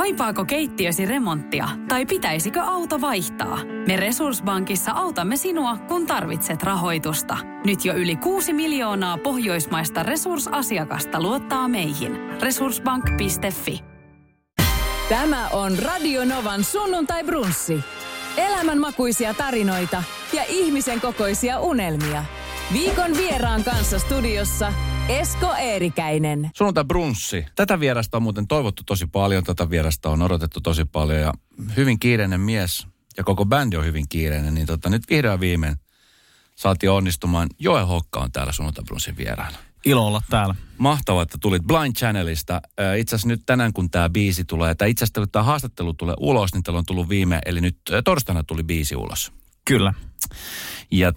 Kaipaako keittiösi remonttia tai pitäisikö auto vaihtaa? Me Resurssbankissa autamme sinua, kun tarvitset rahoitusta. Nyt jo yli 6 miljoonaa pohjoismaista resursasiakasta luottaa meihin. Resurssbank.fi. Tämä on Radio Novan sunnuntai-brunssi. Elämänmakuisia tarinoita ja ihmisen kokoisia unelmia. Viikon vieraan kanssa studiossa Esko Eerikäinen. Sunnuntai-brunssi. Tätä vierasta on muuten toivottu tosi paljon. Tätä vierasta on odotettu tosi paljon ja hyvin kiireinen mies ja koko bändi on hyvin kiireinen. Niin nyt vihdoin viimein saatiin onnistumaan. Joel Hokka on täällä Sunnuntai-brunssin vieraana. Ilo olla täällä. Mahtavaa, että tulit Blind Channelista. Itse asiassa nyt tänään, kun tämä biisi tulee, tai itse asiassa tämä haastattelu tulee ulos, niin teillä on tullut eli nyt torstaina tuli biisi ulos. Kyllä. Ja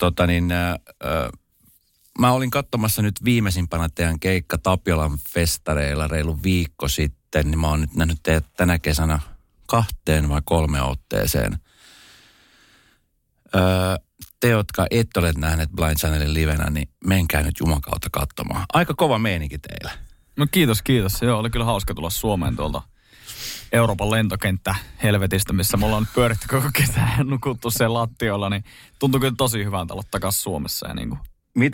mä olin katsomassa nyt viimeisimpänä teidän keikka Tapiolan festareilla reilu viikko sitten, niin mä oon nyt nähnyt teidät tänä kesänä 2 vai 3 otteeseen. Te, jotka ette ole nähneet Blind Channelin livenä, niin menkää nyt jumakautta katsomaan. Aika kova meininki teillä. No kiitos. Joo, oli kyllä hauska tulla Suomeen tuolta Euroopan lentokenttä helvetistä, missä me ollaan pyöritty koko kesän ja nukuttu sen lattiolla, niin tuntui kyllä tosi hyvältä olla takaisin Suomessa. Ja niin kuin.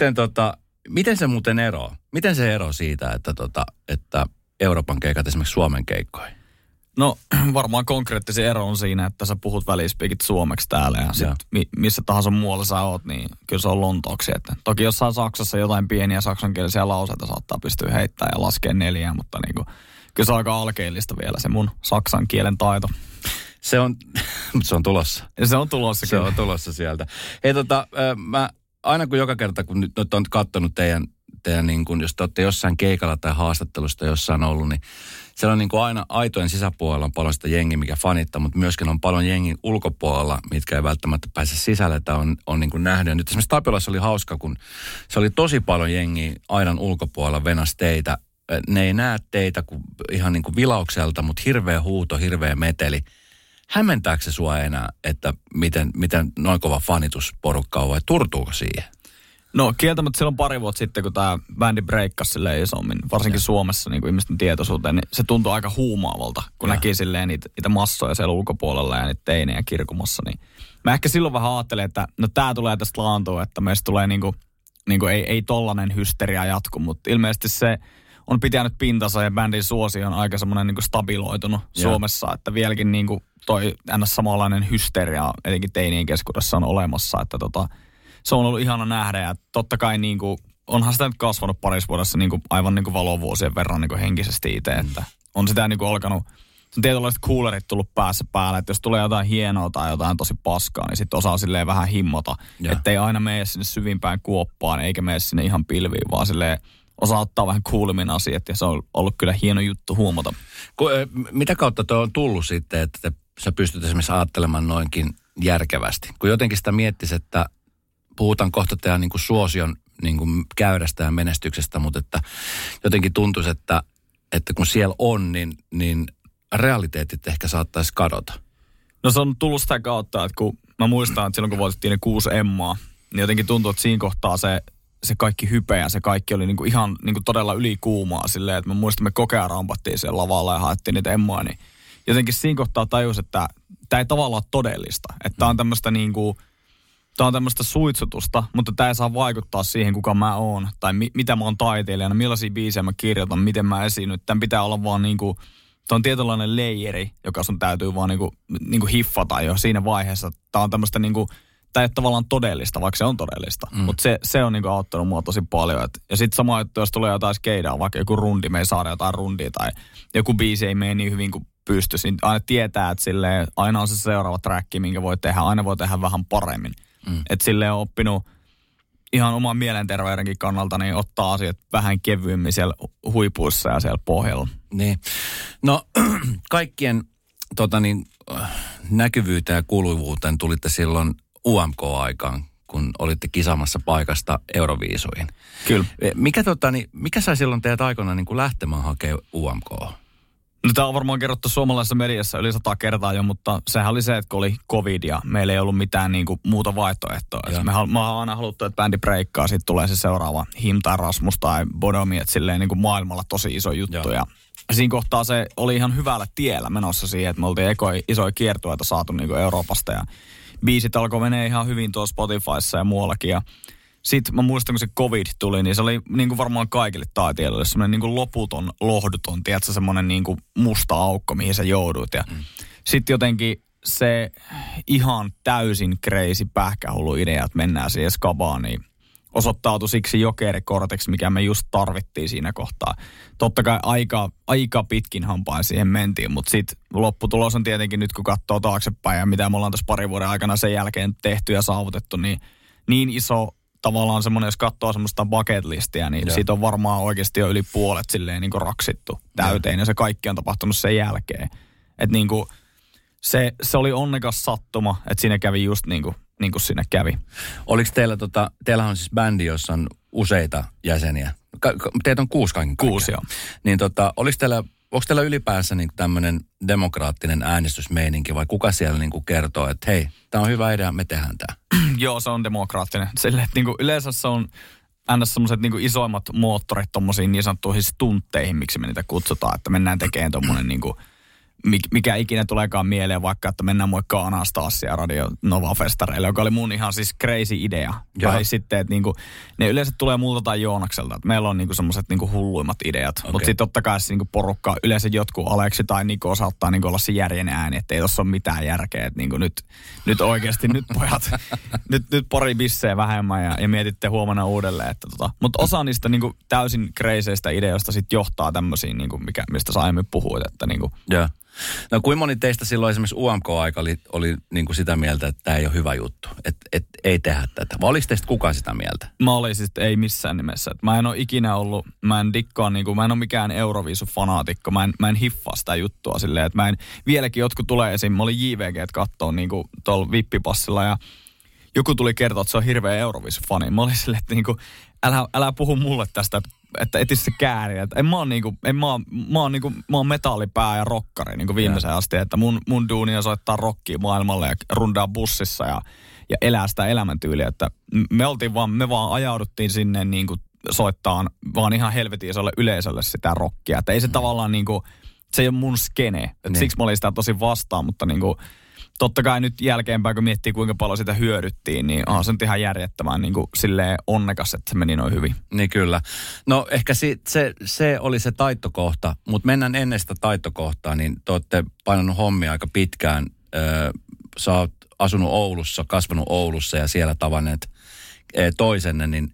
Miten se muuten eroaa? Miten se eroaa siitä, että Euroopan keikat esimerkiksi Suomen keikkoihin? No varmaan konkreettisen ero on siinä, että sä puhut välispiikit suomeksi täällä ja sit missä tahansa muualla sä oot, niin kyllä se on lontooksi. Että toki jossain Saksassa jotain pieniä saksankielisiä lauseita saattaa pystyä heittämään ja laskea 4, mutta niin kuin, kyllä se on aika alkeellista vielä se mun saksan kielen taito. Se on tulossa. Se on tulossa kyllä. Se on tulossa sieltä. Hei mä aina kun joka kerta, kun nyt on katsonut teidän niin kuin, jos te olette jossain keikalla tai haastattelusta jossain ollut, niin siellä on niin kuin aina aitojen sisäpuolella on paljon sitä jengiä, mikä fanittaa, mutta myöskin on paljon jengin ulkopuolella, mitkä ei välttämättä pääse sisälle, että on niin kuin nähnyt. Ja nyt esimerkiksi Tapiolassa oli hauska, kun se oli tosi paljon jengiä aidan ulkopuolella venas teitä. Ne ei näe teitä ihan niin kuin vilaukselta, mutta hirveä huuto, hirveä meteli. Hämmentääkö se sua enää, että miten noin kova fanitusporukka on vai turtuuko siihen? No kieltämättä silloin 2 vuotta sitten, kun tämä bändi breikkasi silleen isommin, varsinkin Suomessa niin kuin ihmisten tietoisuuteen, niin se tuntui aika huumaavalta, kun näki silleen niitä massoja siellä ulkopuolella ja niitä teinejä kirkumassa. Niin mä ehkä silloin vähän ajattelin, että no tää tulee tästä laantua, että meistä tulee ei tollanen hysteria jatku, mutta ilmeisesti se on pitänyt pintansa ja bändin suosio on aika semmoinen niin kuin stabiloitunut Suomessa, että vieläkin niin kuin toi ns. Samanlainen hysteria etenkin teinien keskuudessa on olemassa, että se on ollut ihana nähdä ja totta kai niin kuin, onhan sitä nyt kasvanut parissa vuodessa niin kuin, aivan niin kuin valovuosien verran niin kuin henkisesti itse, että on sitä niin kuin alkanut, on tietynlaiset coolerit tullut päässä päälle, että jos tulee jotain hienoa tai jotain tosi paskaa, niin sitten osaa silleen vähän himmota, ettei aina mene sinne syvimpään kuoppaan eikä mene sinne ihan pilviin, vaan silleen osaa ottaa vähän coolimmin asiat ja se on ollut kyllä hieno juttu huomata. Mitä kautta tuo on tullut sitten, että sä pystyt esimerkiksi ajattelemaan noinkin järkevästi? Kun jotenkin sitä miettisi, että puhutaan kohta tehdä niin kuin suosion niin kuin käydästä ja menestyksestä, mutta että jotenkin tuntuisi, että kun siellä on, niin realiteetit ehkä saattaisi kadota. No se on tullut sitä kautta, että kun mä muistan, että silloin kun voitettiin ne 6 Emmaa, niin jotenkin tuntuu, että siinä kohtaa se kaikki hype ja se kaikki oli niinku ihan niinku todella ylikuumaa silleen, että mä muistan, me kokea rampattiin siellä lavalla ja haettiin niitä Emmaa, niin jotenkin siinä kohtaa tajus, että tämä ei tavallaan ole todellista. Että tämä on tämmöistä niinku, tämä on tämmöistä suitsutusta, mutta tämä ei saa vaikuttaa siihen, kuka mä oon, tai mitä mä oon taiteilijana, millaisia biisejä mä kirjoitan, miten mä esiinnyn. Tämän pitää olla vaan niinku, tämä on tietynlainen leijeri, joka sun täytyy vaan niinku hiffata jo siinä vaiheessa. Tämä on tämmöistä niinku, tämä ei ole tavallaan todellista, vaikka se on todellista. Mutta se on niinku auttanut mua tosi paljon. Ja sitten sama juttu, jos tulee jotain skeidaa, vaikka joku rundi, me ei saada jotain rundia, tai joku biisi ei mene niin hyvin kuin pystyisi, niin aina tietää, että silleen, aina on se seuraava track, minkä voi tehdä. Aina voi tehdä vähän paremmin. Että silleen on oppinut ihan oman mielenterveydenkin kannalta, niin ottaa asiat vähän kevyemmin siellä huipuissa ja siellä pohjalla. Niin. No kaikkien näkyvyyteen ja kuuluvuuteen tulitte silloin UMK-aikaan, kun olitte kisaamassa paikasta Euroviisuihin. Kyllä. Mikä sai silloin teidät aikoinaan niin kuin lähtemään hakemaan UMK:a? No tämä on varmaan kerrottu suomalaisessa mediassa yli 100 kertaa jo, mutta sehän oli se, että kun oli COVID ja meillä ei ollut mitään niin kuin muuta vaihtoehtoa. Mä oon aina haluttu, että bändi breikkaa, sitten tulee se seuraava Him tai Rasmus tai Bodomi, että silleen niin kuin maailmalla tosi iso juttu. Ja siinä kohtaa se oli ihan hyvällä tiellä menossa siihen, että me oltiin isoja kiertueita saatu niin kuin Euroopasta ja biisit alkoi menee ihan hyvin tuossa Spotifyssa ja muuallakin. Ja sitten mä muistan, kun se COVID tuli, niin se oli niin kuin varmaan kaikille taiteilijoille semmoinen niin kuin loputon, lohduton, tiedätkö, semmoinen niin kuin musta aukko, mihin sä joudut. Ja sitten jotenkin se ihan täysin crazy pähkähullu idea, että mennään siihen skabaan, niin osoittautui siksi jokerikortiksi, mikä me just tarvittiin siinä kohtaa. Totta kai aika pitkin hampain siihen mentiin, mutta sitten lopputulos on tietenkin nyt, kun katsoo taaksepäin ja mitä me ollaan tässä parin vuoden aikana sen jälkeen tehty ja saavutettu, niin iso tavallaan semmoinen, jos katsoo semmoista bucket listia, niin siitä on varmaan oikeasti jo yli puolet silleen niin kuin raksittu täyteen ja se kaikki on tapahtunut sen jälkeen. Että niin kuin se oli onnekas sattuma, että siinä kävi just niin kuin siinä kävi. Oliko teillä, teillähän on siis bändi, jossa on useita jäseniä. Teitä on 6 kaiken kaikkiaan. 6, joo. Niin onko teillä ylipäänsä niin tämmöinen demokraattinen äänestysmeininki vai kuka siellä niin kuin kertoo, että hei, tämä on hyvä idea, me tehdään tämä? Joo, se on demokraattinen. Silleen, että niin kuin yleensä se on aina semmoiset niin kuin isoimmat moottorit tommosiin niin sanottuihin stuntteihin, miksi me niitä kutsutaan, että mennään tekemään tommonen niin kuin mikä ikinä tuleekaan mieleen, vaikka että mennään moikkaa Anastasia Radio Nova-festareille, joka oli mun ihan siis crazy idea. Tai sitten, että niinku, ne yleensä tulee multa tai Joonakselta, että meillä on niinku semmoiset niinku hulluimmat ideat. Okay. Mutta sitten totta kai se niinku porukka, yleensä jotkut Aleksi tai Niko saattaa niinku olla se järjen ääni, että ei tossa ole mitään järkeä. Että niinku nyt oikeasti, nyt pojat, nyt pari bissejä vähemmän ja mietitte huomenna uudelleen. Mutta osa niistä niinku täysin crazyistä ideoista sitten johtaa tämmöisiin, niinku, mistä sä aiemmin puhuit. Että niinku, No kuinka moni teistä silloin esimerkiksi UMK-aika oli niin kuin sitä mieltä, että tämä ei ole hyvä juttu, että ei tehdä tätä? Vai oliko teistä kukaan sitä mieltä? Mä olin siis, ei missään nimessä. Mä en ole ikinä ollut, mä en dikkaa, niin kuin, mä en ole mikään Euroviisu-fanaatikko. Mä en hiffaa sitä juttua silleen, että vieläkin jotkut tulee esiin. Mä olin JVG:t kattoo niin kuin tuolla vippipassilla ja joku tuli kertoa, että se on hirveä Euroviisu-fani. Mä olin silleen, että niin kuin, älä puhu mulle tästä, että etis se kääri. Mä oon metallipää ja rokkari niin kuin viimeiseen asti, että mun duuni on soittaa rockia maailmalle ja rundaa bussissa ja elää sitä elämäntyyliä, että me vaan ajauduttiin sinne niin kuin soittaa vaan ihan helvetin isolle yleisölle sitä rockia, että ei se tavallaan niin kuin, se ei ole mun skene, että siksi mä olin sitä tosi vastaan, mutta niin kuin totta kai nyt jälkeenpäin, kun miettii kuinka paljon sitä hyödyttiin, niin se on ihan järjettömän niin kuin silleen onnekas, että se meni noin hyvin. Niin kyllä. No ehkä se oli se taittokohta, mutta mennään ennen sitä taittokohtaa, niin te olette painanut hommia aika pitkään. Sä oot asunut Oulussa, kasvanut Oulussa ja siellä tavanneet toisenne, niin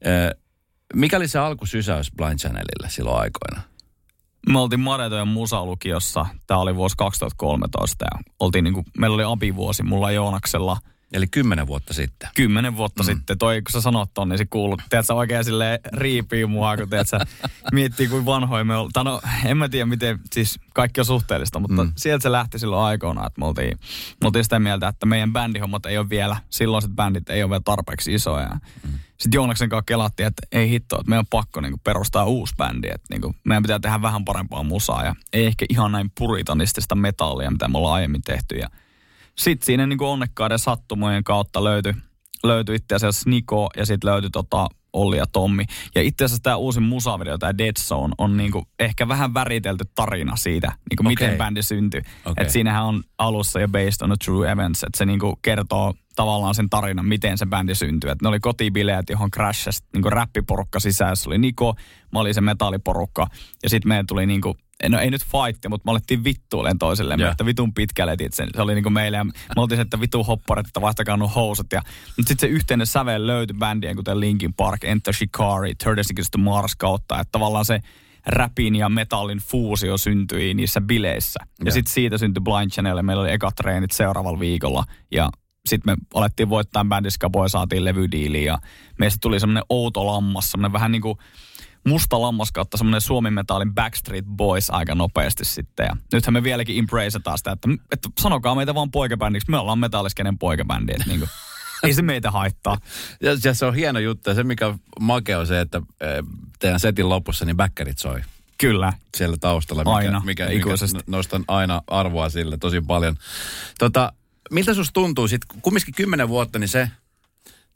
mikä oli se alkusysäys Blind Channelille silloin aikoina? Me oltiin Madetojen musalukiossa. Tämä oli vuosi 2013 ja meillä oli abivuosi mulla Joonaksella. Eli 10 vuotta sitten. 10 vuotta sitten. Toi, kun sä sanot ton, niin se kuuluu. Tiedätkö, oikein silleen riipii mua, kun tiedätkö, miettii kuin vanhoja me ollaan. No, en mä tiedä miten, siis kaikki on suhteellista, mutta sieltä se lähti silloin aikoina, että me oltiin sitä mieltä, että meidän bändihommat ei ole vielä, silloiset bändit ei ole vielä tarpeeksi isoja. Sitten Joonaksen kanssa kelattiin, että ei hitto, että meidän on pakko niinku perustaa uusi bändi, että niinku, meidän pitää tehdä vähän parempaa musaa ja ei ehkä ihan näin puritanistista metallia, mitä me ollaan aiemmin tehty. Ja sitten siinä niinku onnekkaiden sattumojen kautta löytyi itse asiassa Niko ja sitten löytyi Olli ja Tommi. Ja itse asiassa tämä uusi musavideo, tämä Dead Zone, on niinku ehkä vähän väritelty tarina siitä, niinku miten bändi syntyi. Että siinähän on alussa jo based on a true events, että se niinku kertoo tavallaan sen tarinan, miten se bändi syntyi. Että ne oli kotibileet, johon crashasi niinku räppiporukka sisään. Se oli Niko, mä olin se metalliporukka. Ja sitten meidän tuli niinku, no ei nyt fight, mutta me alettiin vittuilen toisillemme, että vitun pitkälle etit sen. Se oli niinku meille, ja me oltiin se, että vitun hopparit, että vaihtakaa nuo housut. Mutta sitten se yhteinen sävel löytyi bändien, kuten Linkin Park, Enter Shikari, 30 Seconds to Mars kautta. Että tavallaan se räpin ja metallin fuusio syntyi niissä bileissä. Ja sitten siitä syntyi Blind Channel, meillä oli ekat treenit seuraavalla viikolla. Ja sitten me alettiin voittaa bändiskapoja ja saatiin levydiiliin. Ja meistä tuli semmoinen outo lammas, semmoinen vähän niin kuin musta lammas kautta semmoinen Suomi-metallin Backstreet Boys aika nopeasti sitten. Ja nythän me vieläkin embraceataan sitä, että sanokaa meitä vaan poikabändiksi. Me ollaan metalliskenen poikabändi, että niinku, ei se meitä haittaa. Ja se on hieno juttu. Ja se, mikä makea on se, että teidän setin lopussa niin bäkkärit soi. Kyllä. Siellä taustalla, mikä nostan aina arvoa sille tosi paljon. Miltä susta tuntuu sitten, kumminkin 10 vuotta, niin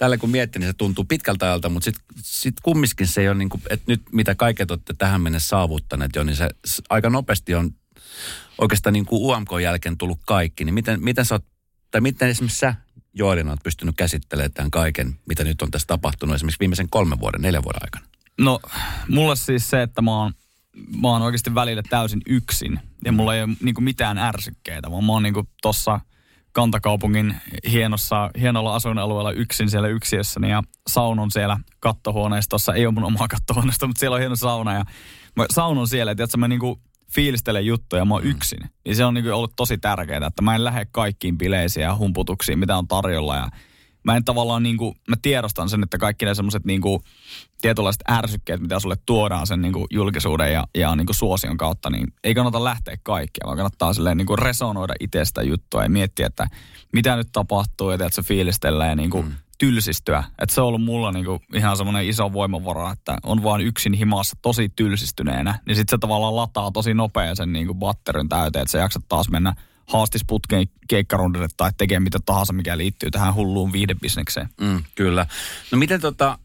tällä kun miettii, niin se tuntuu pitkältä ajalta, mutta sit kumminkin se ei ole niin kuin, että nyt mitä kaiket olette tähän mennessä saavuttaneet jo, niin se aika nopeasti on oikeastaan niin kuin UMK jälkeen tullut kaikki. Niin miten sä oot, tai miten esimerkiksi sä, Joelina, oot pystynyt käsittelemään tämän kaiken, mitä nyt on tässä tapahtunut esimerkiksi viimeisen 4 vuoden aikana? No, mulle siis se, että mä oon oikeasti välillä täysin yksin ja mulla ei ole niinku mitään ärsykkeitä, vaan mä oon niinku tossa kantakaupungin hienolla asuinalueella yksin siellä yksiössäni ja saunon siellä kattohuoneistossa. Ei ole mun omaa kattohuoneistoa, mutta siellä on hieno sauna ja mä saunon siellä, että mä niinku fiilistelen juttuja, mä oon yksin. Ja se on niinku ollut tosi tärkeää, että mä en lähde kaikkiin bileisiin ja humputuksiin, mitä on tarjolla ja mä en tavallaan niinku, mä tiedostan sen, että kaikki ne semmoiset niinku tietynlaiset ärsykkeet, mitä sulle tuodaan sen niinku julkisuuden ja niinku suosion kautta, niin ei kannata lähteä kaikkea, vaan kannattaa silleen niinku resonoida itsestä juttua ja miettiä, että mitä nyt tapahtuu ja teet se fiilistellä ja niinku tylsistyä. Että se on ollut mulla niinku ihan semmoinen iso voimavara, että on vaan yksin himassa tosi tylsistyneenä, niin sit se tavallaan lataa tosi nopea sen niinku batterin täyteen, että sä jaksat taas mennä haastisputken keikkarundille tai tekee mitä tahansa, mikä liittyy tähän hulluun viihdebisnekseen. Kyllä. No miten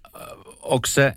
onko se,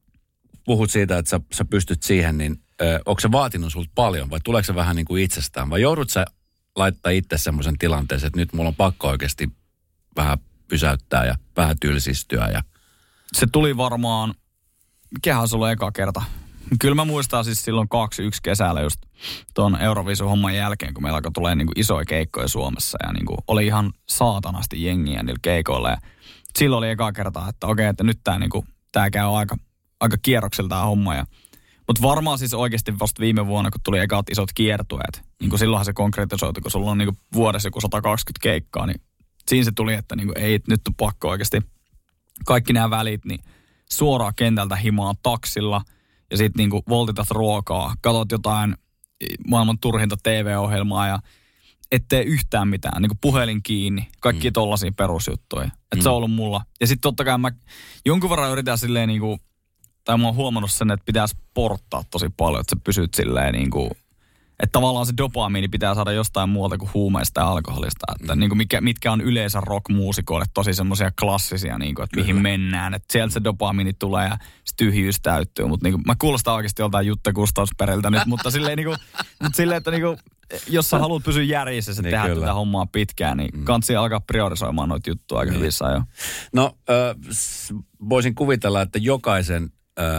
puhut siitä, että sä pystyt siihen, niin onko se vaatinut sulta paljon vai tuleeko se vähän niin kuin itsestään? Vai joudut sä laittaa itse semmoisen tilanteeseen, että nyt mulla on pakko oikeasti vähän pysäyttää ja vähän tylsistyä? Ja... Se tuli varmaan, mikähän sulla eka kerta? Kyllä mä muistan siis silloin 21 kesällä just tuon Euroviisu-homman jälkeen, kun meillä alkoi tulee niinku isoja keikkoja Suomessa ja niinku oli ihan saatanasti jengiä niillä keikoilla. Ja silloin oli eka kertaa, että okei, että nyt tää käy aika kierroksella tää homma. Mutta varmaan siis oikeasti vasta viime vuonna, kun tuli ekat isot kiertueet, niin silloinhan se konkretisoitu, kun sulla on niinku vuodessa joku 120 keikkaa, niin siinä se tuli, että niinku ei nyt ole pakko oikeasti kaikki nämä välit, niin suoraan kentältä himaa taksilla. Ja sit niinku voltitat ruokaa, katot jotain maailman turhinta TV-ohjelmaa ja ettei yhtään mitään. Niinku puhelin kiinni, kaikki tollaisia perusjuttuja. Että se on ollut mulla. Ja sit totta kai mä jonkun verran yritän silleen niinku, tai mä oon huomannut sen, että pitää sporttaa tosi paljon, että sä pysyt silleen niinku, että tavallaan se dopamiini pitää saada jostain muualta kuin huumeista ja alkoholista. Että niinku mitkä on yleensä rock-muusikoille tosi semmoisia klassisia, niinku, että mihin mennään. Että sieltä se dopamiini tulee ja se tyhjyys täyttyy. Mutta niinku, mä kuulostan oikeasti joltain Jutte Gustafsbergiltä nyt, mutta silleen, niinku, että niinku, jos sä haluat pysyä järjissä ja niin tehdä tätä hommaa pitkään, niin kansi alkaa priorisoimaan noita juttuja aika hyvissä ajoin. No, voisin kuvitella, että jokaisen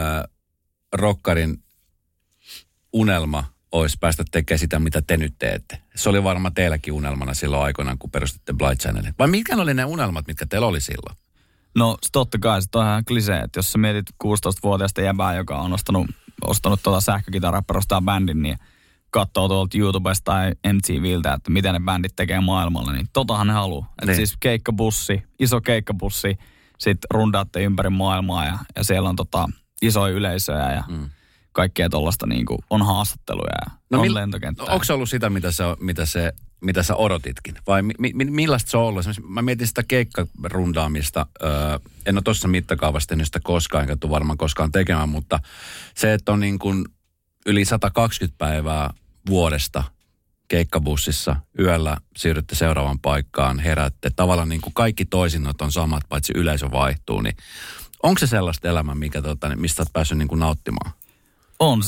rockarin unelma olisi päästä tekemään sitä, mitä te nyt teette. Se oli varmaan teilläkin unelmana silloin aikoinaan, kun perustitte Blind Channelin. Vai mitkä oli ne unelmat, mitkä teillä oli silloin? No totta kai, se on ihan klisee, että jos sä mietit 16-vuotiaista jäbää, joka on ostanut sähkökitaraa perustaa bändin, niin katsoo tuolta YouTubesta tai MTVltä, että miten ne bändit tekee maailmalla, niin totahan ne haluaa. Että siis keikkabussi, iso keikkabussi, sit rundaatte ympäri maailmaa ja siellä on isoja yleisöjä ja kaikkea tollaista niinku on haastatteluja ja on lentokenttää. Onko se ollut sitä, mitä sä odotitkin? Vai millaista se on ollut? Mä mietin sitä keikkarundaamista. En ole tuossa mittakaavassa tehnyt sitä koskaan, enkä tule varmaan koskaan tekemään, mutta se, että on niin kuin yli 120 päivää vuodesta keikkabussissa, yöllä siirrytte seuraavaan paikkaan, heräätte. Tavallaan niin kuin kaikki toisinnot on samat, paitsi yleisö vaihtuu. Niin onko se sellaista elämää, mistä olet päässyt niin kuin nauttimaan? On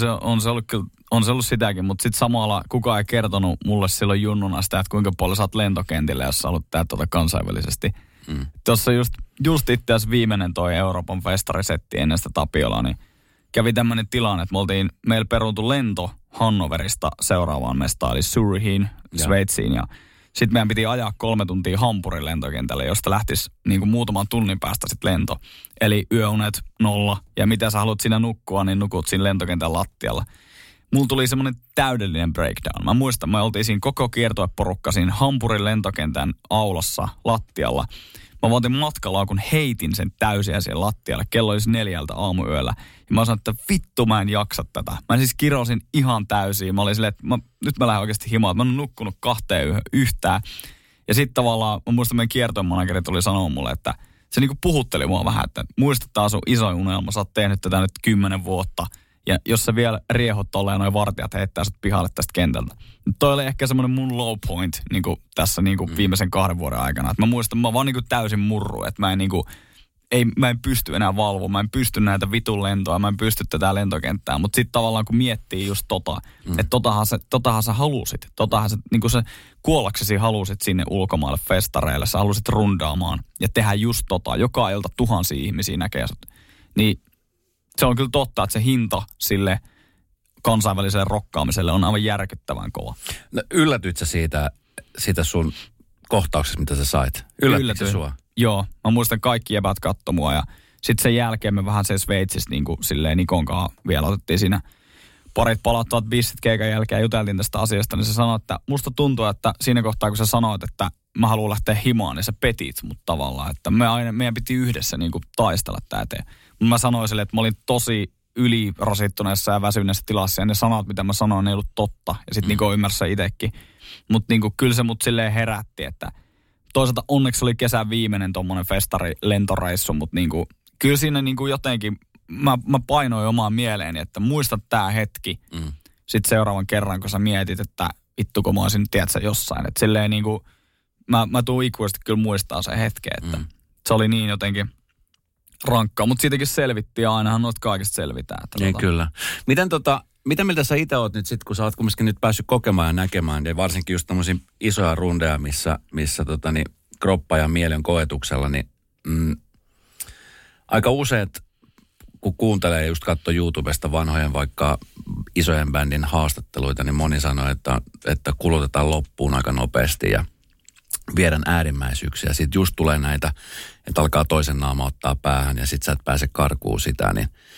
se ollut sitäkin, mutta sitten samalla kukaan ei kertonut mulle silloin junnuna sitä, että kuinka paljon sä oot lentokentillä, jos sä haluat tehdä kansainvälisesti. Tuossa just itse asiassa viimeinen toi Euroopan festarisetti ennen sitä Tapiolaa, niin kävi tämmöinen tilanne, että meillä peruuntui lento Hannoverista seuraavaan mestaan, eli Zurichiin, Sveitsiin, ja sitten meidän piti ajaa 3 tuntia Hampurin lentokentälle, josta lähtisi niin kuin muutaman tunnin päästä sitten lento. Eli yöunet 0, ja mitä sä haluat siinä nukkua, niin nukut siinä lentokentän lattialla. Mulla tuli semmoinen täydellinen breakdown. Mä muistan, me oltiin siinä koko kiertueporukka siinä Hampurin lentokentän aulassa lattialla. Mä otin matkalaukun, heitin sen täysiä siihen lattialle. Kello olisi 4 aamuyöllä. Ja mä sanoin, että vittu mä en jaksa tätä. Mä siis kirosin ihan täysin. Mä olin silleen, että nyt mä lähden oikeasti himaan. Mä en nukkunut 2 yhtään. Ja sitten tavallaan, mä muistan, meidän kiertomanageri tuli sanoa mulle, että se niinku puhutteli mua vähän, että muista tää sun isoin unelma. Sä oot tehnyt tätä nyt 10 vuotta. Ja jos sä vielä riehot tolleen, noin vartijat heittää sut pihalle tästä kentältä. Toi oli ehkä semmoinen mun low point niin tässä viimeisen 2 vuoden aikana. Et mä muistan, mä vaan täysin murru, että mä en mä en pysty enää valvomaan, mä en pysty näitä vitun lentoa, mä en pysty tätä lentokenttää. Mutta sitten tavallaan kun miettii just että totahan sä halusit, niin kuin sä kuollaksesi halusit sinne ulkomaille festareille, sä halusit rundaamaan ja tehdä just joka ilta tuhansia ihmisiä näkee sut. Niin se on kyllä totta, että se hinta sille kansainväliselle rokkaamiselle on aivan järkyttävän kova. No, yllätyit sä siitä sun kohtauksesta, mitä sä sait? Yllätykö sua? Joo, mä muistan kaikki jäbät katto mua ja sitten sen jälkeen me vähän se Sveitsissä niin kuin silleen Nikonkaan vielä otettiin siinä parit palattavat bissit keikan jälkeen ja juteltiin tästä asiasta, niin se sanoi, että musta tuntuu, että siinä kohtaa kun sä sanoit, että mä haluan lähteä himaan, niin sä petit mut tavallaan, että meidän piti yhdessä niin kuin taistella tää eteen. Mä sanoin sille, että mä olin tosi ylirasittuneessa ja väsyneessä tilassa ja ne sanat, mitä mä sanoin, ne ei ollut totta. Ja sit Niko ymmärsi itsekin. Mutta niinku, kyllä se mut silleen herätti, että toisaalta onneksi oli kesän viimeinen tommonen festari-lentoreissu, mutta niinku, kyllä siinä niinku jotenkin, mä painoin omaan mieleeni, että muista tää hetki. Sitten seuraavan kerran, kun sä mietit, että vittuko mä olisin, tiedätkö, jossain. Että silleen niinku, mä tuun ikuisesti kyllä muistaa sen hetken, että se oli niin jotenkin rankkaa, mutta siitäkin selvittiin ja ainahan noita kaikista selvitään. Niin kyllä. Mitä miltä sä itse oot nyt sit, kun sä oot kumminkin nyt päässyt kokemaan ja näkemään, ja varsinkin just tämmöisiä isoja rundeja, missä kroppa ja mieli on koetuksella, niin aika useat, kun kuuntelee just katsoo YouTubesta vanhojen vaikka isojen bändin haastatteluita, niin moni sanoo, että kulutetaan loppuun aika nopeasti ja viedään äärimmäisyyksiä. Sitten just tulee näitä, että alkaa toisen naama ottaa päähän ja sit sä et pääse karkuun sitä.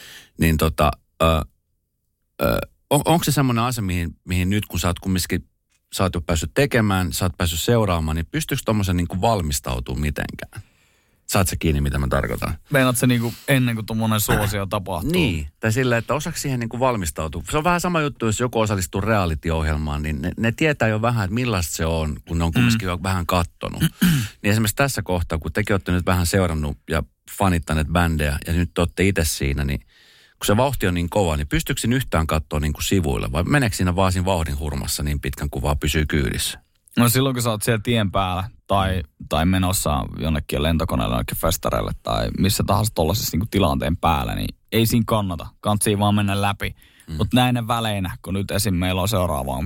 Onko se semmoinen asia, mihin nyt kun sä oot kumminkin, sä oot jo päässyt tekemään, sä oot päässyt seuraamaan, niin pystyykö tommosen niin kuin valmistautumaan mitenkään? Saat sä kiinni, mitä mä tarkoitan? Meinaat se niin kuin ennen kuin tommonen suosio tapahtuu? Niin, tai sillä, että osaako siihen niin kuin valmistautua? Se on vähän sama juttu, jos joku osallistuu reality-ohjelmaan, niin ne tietää jo vähän, että millaista se on, kun ne on kumminkin jo vähän kattonut. Niin esimerkiksi tässä kohtaa, kun tekin olette nyt vähän seurannut ja fanittaneet bändejä, ja nyt te olette itse siinä, niin kun se vauhti on niin kova, niin pystyykö siinä yhtään katsoa niin kuin sivuilla? Vai meneekö siinä vaan siinä vauhdin hurmassa niin pitkän, kun vaan pysyy kyydissä? No silloin, kun sä oot siellä tien päällä tai menossa jonnekin lentokoneelle, jonnekin festareille tai missä tahansa tollaisessa niin tilanteen päällä, niin ei siinä kannata. Kantsii vaan mennä läpi. Mutta näinä väleinä, kun nyt esim. Meillä on seuraavaan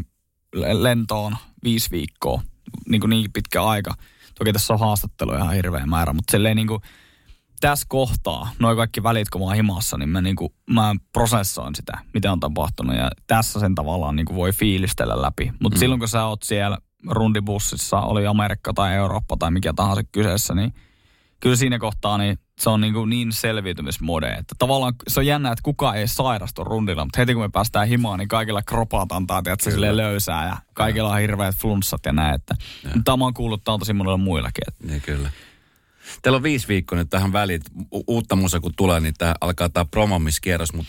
lentoon 5 viikkoa, niin pitkä aika. Toki tässä on haastatteluja ihan hirveä määrä, mutta silleen niin kuin tässä kohtaa, noi kaikki välit, kun mä oon himassa, niin mä prosessoin sitä, mitä on tapahtunut. Ja tässä sen tavallaan niin kuin voi fiilistellä läpi. Mutta silloin, kun sä oot siellä rundibussissa, oli Amerikka tai Eurooppa tai mikä tahansa kyseessä, niin kyllä siinä kohtaa niin se on niin selviytymismode, että tavallaan se on jännä, että kukaan ei sairastu rundilla, mutta heti kun me päästään himaan, niin kaikilla kropat antaa, tiedätkö, silleen löysää ja kaikilla on hirveät flunssat ja näin, että tämä on kuullut tosi monella muillakin. Että. Niin kyllä. Teillä on 5 viikkoa nyt tähän väliin. Uutta musa kun tulee, niin tämä alkaa tämä promomiskierros. Mutta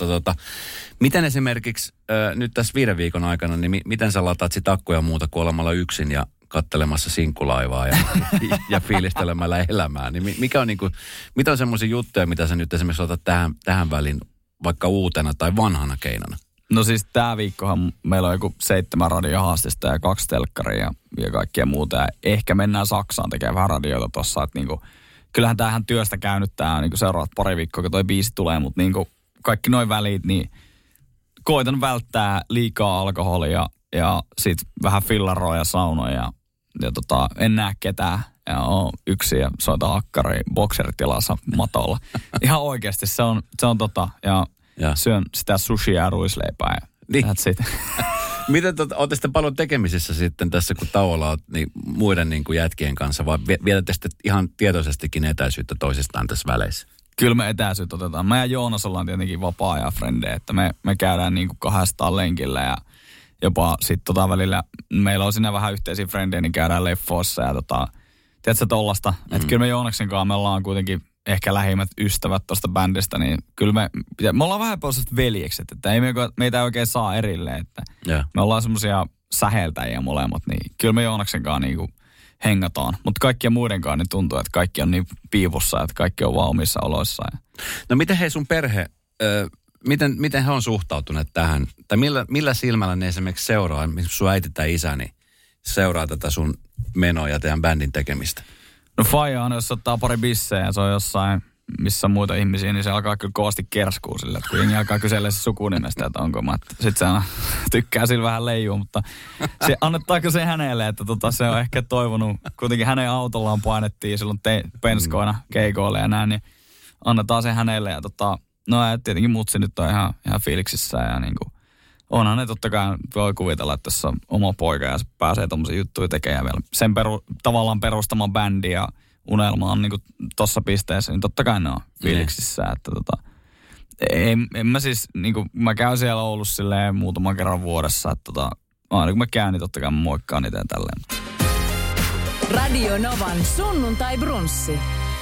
miten esimerkiksi nyt tässä 5 viikon aikana, niin miten sä lataat sit akkuja muuta kuin olemalla yksin ja kattelemassa sinkkulaivaa ja fiilistelemällä elämää? Niin mikä on mitä on semmoisia juttuja, mitä sä nyt esimerkiksi otat tähän väliin vaikka uutena tai vanhana keinona? No siis tää viikkohan meillä on joku 7 radiohaastista ja 2 telkkaria ja kaikkea muuta. Ja ehkä mennään Saksaan tekemään vähän radioita tossa, että kyllähän tämähän työstä käynyt tää seuraavat 2 viikkoa, kun toi biisi tulee, mutta kaikki noin välit, niin koitan välttää liikaa alkoholia ja sit vähän fillaroja, saunoja ja en näe ketään ja oon yksin ja soitan akkari bokserit jalassa matolla. Ihan oikeasti se on ja syön sitä sushia ja ruisleipää ja that's it. Miten ootte sitten paljon tekemisissä sitten tässä, kun tauolla oot niin muiden niin kuin jätkien kanssa, vai vietätte sitten ihan tietoisestikin etäisyyttä toisistaan tässä väleissä? Kyllä me etäisyyttä otetaan. Mä ja Joonas ollaan tietenkin vapaa-ajan frendejä, että me käydään niin kuin 200 lenkillä ja jopa sitten välillä, meillä on siinä vähän yhteisiä frendejä, niin käydään leffoissa ja tiedätkö tollasta. Että kyllä me Joonaksen kanssa me ollaan kuitenkin ehkä lähimmät ystävät tuosta bändistä, niin kyllä me ollaan vähän sellaiset veljekset, että meitä ei oikein saa erilleen, että me ollaan semmoisia säheltäjiä molemmat, niin kyllä me Joonaksen kanssa niinku hengataan. Mutta kaikkien muidenkaan niin tuntuu, että kaikki on niin piipussa, että kaikki on vaan omissa oloissaan. No miten hei sun perhe, miten he on suhtautuneet tähän? Tai millä silmällä ne esimerkiksi seuraa, sun äiti tai isä, niin seuraa tätä sun menoa ja teidän bändin tekemistä? No Faija on, jos ottaa pari bissejä ja se on jossain missä on muita ihmisiä, niin se alkaa kyllä kovasti kerskuu sille, että kun jengi alkaa kysellä se sukunimestä, että onko mä. Sitten se tykkää sillä vähän leijua, mutta se, annettaako se hänelle, että se on ehkä toivonut, kuitenkin hänen autollaan painettiin silloin penskoina keikoille ja näin, niin annetaan se hänelle ja no tietenkin mutsi nyt on ihan fiiliksissä ja niinku, onhan ne totta kai voi kuvitella, että tässä on oma poika ja se pääsee tommosia juttuja tekemään vielä sen tavallaan perustaman bändi ja unelma on niinku tossa pisteessä, niin totta kai ne on fiiliksissä, että en mä siis niinku, mä käyn siellä Oulussa silleen muutaman kerran vuodessa, että aina kun mä käyn, niin totta kai mä moikkaan niitä tälleen. Radio Novan sunnuntai brunssi.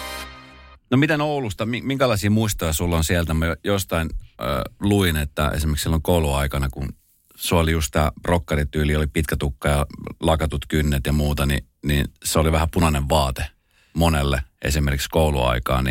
No miten Oulusta, minkälaisia muistoja sulla on sieltä? Mä jostain luin, että esimerkiksi silloin kouluaikana, kun sulla oli just tämä rokkarityyli, oli pitkä tukka ja lakatut kynnet ja muuta, niin se oli vähän punainen vaate monelle esimerkiksi kouluaikaan.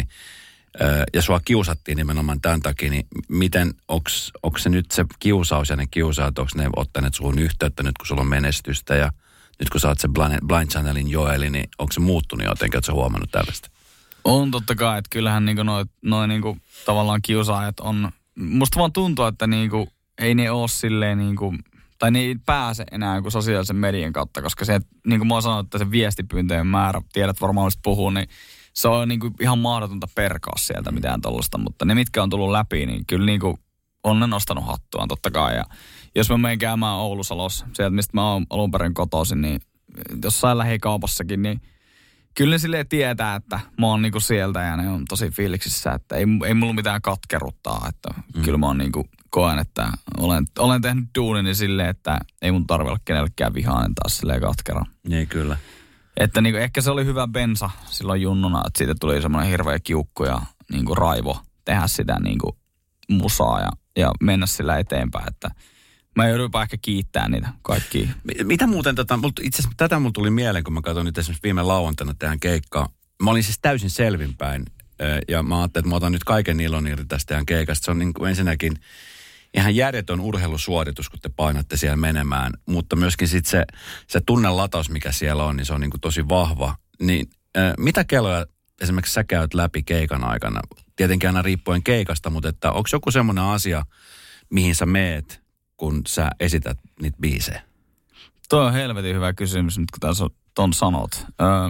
Ja sua kiusattiin nimenomaan tämän takia, niin miten, onko se nyt se kiusaus ja ne kiusaat, onko ne ottaneet suhun yhteyttä nyt kun sulla on menestystä ja nyt kun sä oot se Blind Channelin Joeli, niin onko se muuttunut jotenkin, ootko sä huomannut tällaista? On totta kai, että kyllähän niinku noi niinku tavallaan kiusaajat on, musta vaan tuntuu, että niinku ei ne oo silleen niinku, tai ne ei pääse enää kuin sosiaalisen median kautta, koska se, niin kuin mä oon sanonut, että se viestipyyntöjen määrä, tiedät varmaan mistä puhuu, niin se on niinku ihan mahdotonta perkaa sieltä mitään tollaista, mutta ne mitkä on tullut läpi, niin kyllä niinku on ne nostanut hattuaan totta kai. Ja jos mä menen käymään Oulusalossa, sieltä mistä mä oon alun perin kotoisin, niin jossain lähikaupassakin, niin kyllä ne silleen tietää, että mä oon niinku sieltä ja ne on tosi fiiliksissä, että ei mulla mitään katkeruttaa, että kyllä mä oon niinku koen, että olen tehnyt duunini silleen, että ei mun tarvitse olla kenellekään vihainen taas silleen katkera. Niin kyllä. Että niinku ehkä se oli hyvä bensa silloin junnuna, että siitä tuli semmoinen hirveä kiukku ja niinku raivo tehdä sitä niinku musaa ja mennä sillä eteenpäin, että mä joudunpa ehkä kiittää niitä kaikkia. Mitä muuten, itse asiassa tätä mulla tuli mieleen, kun mä katsoin nyt esimerkiksi viime lauantaina tähän keikkaan. Mä olin siis täysin selvinpäin ja mä ajattelin, että mä otan nyt kaiken ilon irti tästä teidän keikasta. Se on niin kuin ensinnäkin ihan järjetön urheilusuoritus, kun te painatte siellä menemään, mutta myöskin sitten se tunnelataus, mikä siellä on, niin se on niin kuin tosi vahva. Niin mitä kelloja esimerkiksi sä käyt läpi keikan aikana? Tietenkin aina riippuen keikasta, mutta että onko joku semmoinen asia, mihin sä meet, kun sä esität niitä biisejä? Toi on helvetin hyvä kysymys nyt, kun ton sanot.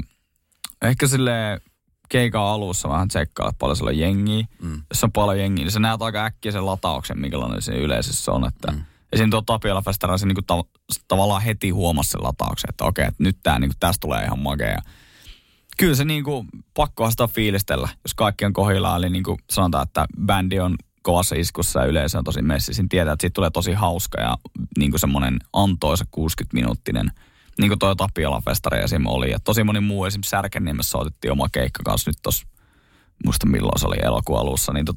Ehkä silleen keikan alussa vähän tsekkailla paljon siellä jengiä. Jos on paljon jengiä, niin sä näet aika äkkiä sen latauksen, minkälainen se yleisössä on. Että esim. Tuo Tapiola-festara, se niinku tavallaan heti huomasi sen latauksen, että okei, että nyt niinku, tästä tulee ihan makea. Kyllä se niinku, pakkohan sitä fiilistellä, jos kaikki on kohdillaan. Eli niinku sanotaan, että bändi on kovassa iskussa ja yleisö on tosi messisin. Tietää, että siitä tulee tosi hauska ja niinku semmoinen antoisa 60-minuuttinen. Niin kuin toi Tapiola-festari esim. Oli. Ja tosi moni muu, esim. Särkänniemessä otettiin oma keikka kanssa nyt tossa, muista milloin se oli elokuun alussa. Niin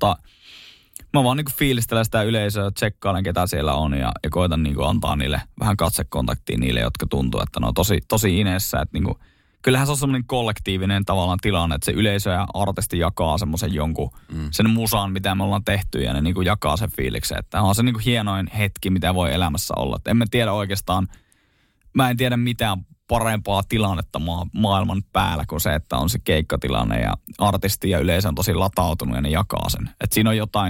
mä vaan niinku fiilistelen sitä yleisöä, tsekkailen ketä siellä on ja koitan niinku antaa niille vähän katsekontaktia niille, jotka tuntuu, että ne on tosi ineessä. Että niinku, kyllähän se on semmoinen kollektiivinen tavallaan tilanne, että se yleisö ja artisti jakaa semmoisen jonkun, sen musan, mitä me ollaan tehty ja ne niinku jakaa sen fiiliksen. Että on se niinku hienoin hetki, mitä voi elämässä olla. Että en mä tiedä oikeastaan, mä en tiedä mitään parempaa tilannetta maailman päällä kuin se, että on se keikkatilanne ja artisti ja yleisö on tosi latautunut ja ne jakaa sen. Että siinä on jotain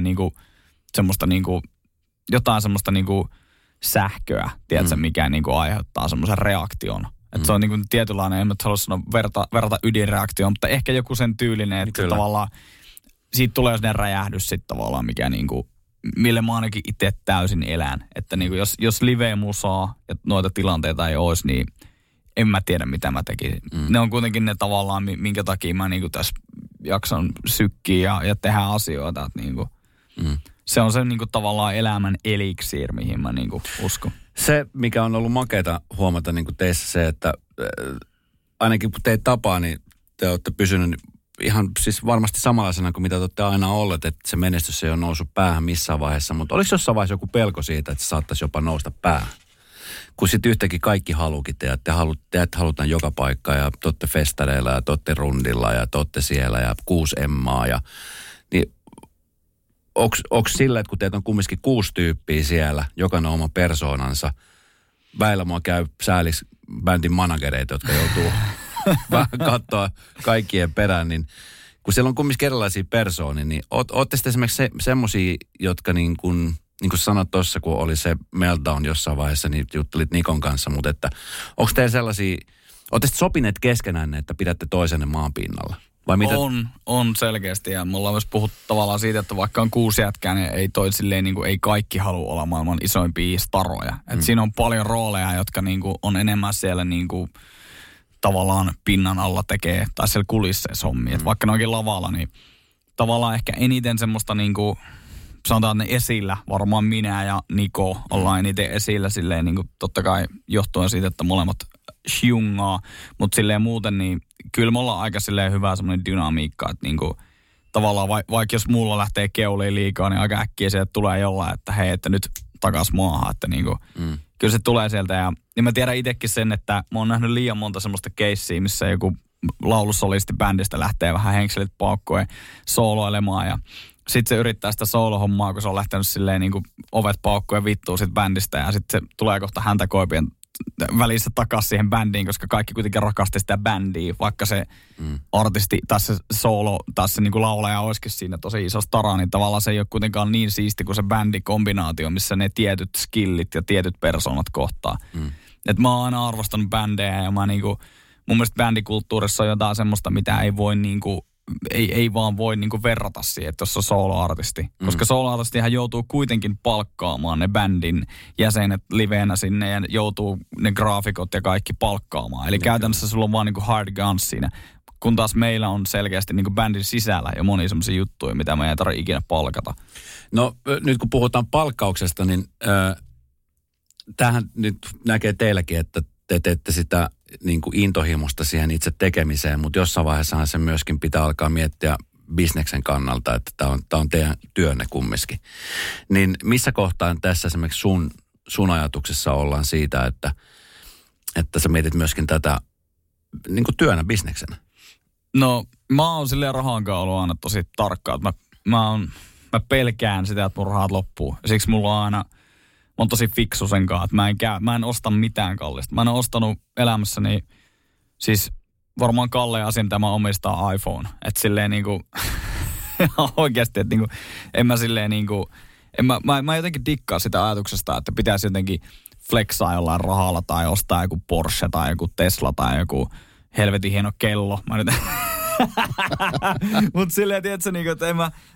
semmoista sähköä, tiedätkö, mikä niinku aiheuttaa semmoisen reaktion. Että se on niinku tietynlainen, en mä halua sanoa verrata ydinreaktioon, mutta ehkä joku sen tyylinen, että tavallaan siitä tulee sellainen räjähdys sitten tavallaan, mikä niinku, mille mä ainakin itse täysin elän. Että niinku jos live-musaa ja noita tilanteita ei olisi, niin en mä tiedä, mitä mä tekisin. Ne on kuitenkin ne tavallaan, minkä takia mä niinku tässä jaksan sykkiä ja tehdä asioita. Että niinku, se on se niinku tavallaan elämän eliksiir, mihin mä niinku uskon. Se, mikä on ollut makeata huomata niinku teissä se, että ainakin kun teitä tapaa, niin te olette pysynyt ihan siis varmasti samanlaisena kuin mitä te olette aina olleet, että se menestys ei ole noussut päähän missään vaiheessa, mutta oliko jossain vaiheessa joku pelko siitä, että se saattaisi jopa nousta päähän? Kun sitten yhtäkkiä kaikki haluukin tehdä, te halutaan joka paikka ja te olette festareilla ja te olette rundilla ja te olette siellä ja 6 Emmaa ja niin onko sillä, että kun teitä on kumminkin 6 tyyppiä siellä, jokainen oma persoonansa, väillä mua käy sääliksi bändin managereita, jotka joutuu vähän katsoa kaikkien perään, niin kun siellä on kumminkin erilaisia persoonia, niin ootte sitten esimerkiksi semmosia, jotka niin kuin sanoit tuossa, kun oli se meltdown jossain vaiheessa, niin juttelit Nikon kanssa, mutta että onko teillä sellaisia, ootte sitten sopineet keskenään, että pidätte toisenne maan pinnalla? Vai mitä? On selkeästi, ja mulla on myös puhuttu tavallaan siitä, että vaikka on 6 jätkää, niin ei kaikki halua olla maailman isoimpia staroja. Et siinä on paljon rooleja, jotka niin kuin on enemmän siellä niin kuin tavallaan pinnan alla tekee, tai siellä kulisseissa hommia. Et vaikka ne onkin lavalla, niin tavallaan ehkä eniten semmoista niin kuin, sanotaan, että ne esillä, varmaan minä ja Niko ollaan eniten esillä silleen niin kuin totta kai johtuen siitä, että molemmat sjungaa, mutta silleen muuten niin kyllä me ollaan aika silleen hyvä semmoinen dynamiikka, että niin kuin tavallaan vaikka jos mulla lähtee keuliin liikaa, niin aika äkkiä sieltä tulee jollain, että hei, että nyt takas maahan, että niin kuin kyllä se tulee sieltä ja mä tiedän itsekin sen, että mä oon nähnyt liian monta semmoista keissiä, missä joku laulusolisti bändistä lähtee vähän henkselit paukkoen sooloilemaan ja sitten se yrittää sitä soolohommaa, kun se on lähtenyt silleen niin kuin ovet paukkoen vittuun sit bändistä ja sitten se tulee kohta häntä koipien välissä takaisin siihen bändiin, koska kaikki kuitenkin rakasti sitä bändiä, vaikka se artisti tai se soolo tai se niin kuin laulaja olisikin siinä tosi iso stara, niin tavallaan se ei ole kuitenkaan niin siisti kuin se bändikombinaatio, missä ne tietyt skillit ja tietyt persoonat kohtaa. Et mä oon aina arvostanut bändejä ja mä niinku, mun mielestä bändikulttuurissa on jotain semmoista, mitä ei voi niinku, ei vaan voi niinku verrata siihen, että jos on solo-artisti. Koska solo-artistihan joutuu kuitenkin palkkaamaan ne bändin jäsenet liveenä sinne ja joutuu ne graafikot ja kaikki palkkaamaan. Eli käytännössä sulla on vaan niinku hard guns siinä. Kun taas meillä on selkeästi niinku bändin sisällä jo monia semmoisia juttuja, mitä me ei tarvitse ikinä palkata. No nyt kun puhutaan palkkauksesta, niin tämähän nyt näkee teilläkin, että te teette sitä niin kuin intohimosta siihen itse tekemiseen, mutta jossain vaiheessahan se myöskin pitää alkaa miettiä bisneksen kannalta, että tämä on teidän työnne kumminkin. Niin missä kohtaa tässä esimerkiksi sun ajatuksessa ollaan siitä, että sä mietit myöskin tätä niin kuin työnä, bisneksenä? No mä oon silleen rahankaan ollut aina tosi tarkka, että mä pelkään sitä, että mun rahat loppuu. Siksi mulla on aina, mä oon tosi fiksu sen kanssa, että mä en osta mitään kallista. Mä en ole ostanut elämässäni, siis varmaan kallein asia, mitä mä omistaa iPhone. Että silleen niinku, oikeasti, että niinku, en mä silleen niinku, mä jotenkin dikkaa sitä ajatuksesta, että pitäisi jotenkin flexaa jollain rahalla tai ostaa joku Porsche tai joku Tesla tai joku helvetin hieno kello. Mutta silleen, tiedätkö, niinku, että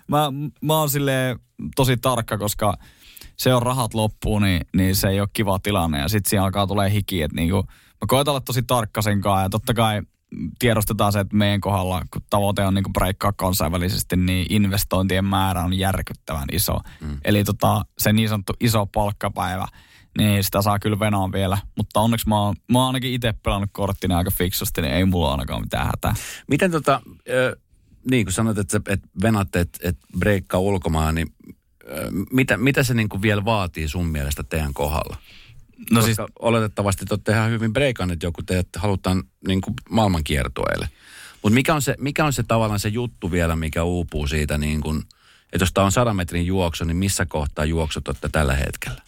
mä oon silleen tosi tarkka, koska se on rahat loppuun, niin se ei ole kiva tilanne. Ja sitten siinä alkaa tulee hiki, että niinku, mä koetan olla tosi tarkka sen kanssa. Ja totta kai tiedostetaan se, että meidän kohdalla, kun tavoite on niinku breikkaa kansainvälisesti, niin investointien määrä on järkyttävän iso. Eli se niin sanottu iso palkkapäivä, niin sitä saa kyllä venaan vielä. Mutta onneksi mä oon ainakin itse pelannut korttina aika fiksusti, niin ei mulla ainakaan mitään hätää. Miten niin kuin sanoit, että venaatte, että breikkaa ulkomaan, niin mitä se niin kuin vielä vaatii sun mielestä teidän kohdalla? No koska siis oletettavasti te olette ihan hyvin breikanneet joku, te halutaan niin kuin maailmankiertueelle. Mutta mikä on se tavallaan se juttu vielä, mikä uupuu siitä, niin kuin, että jos tämä on 100 metrin juoksu, niin missä kohtaa juoksut olette tällä hetkellä?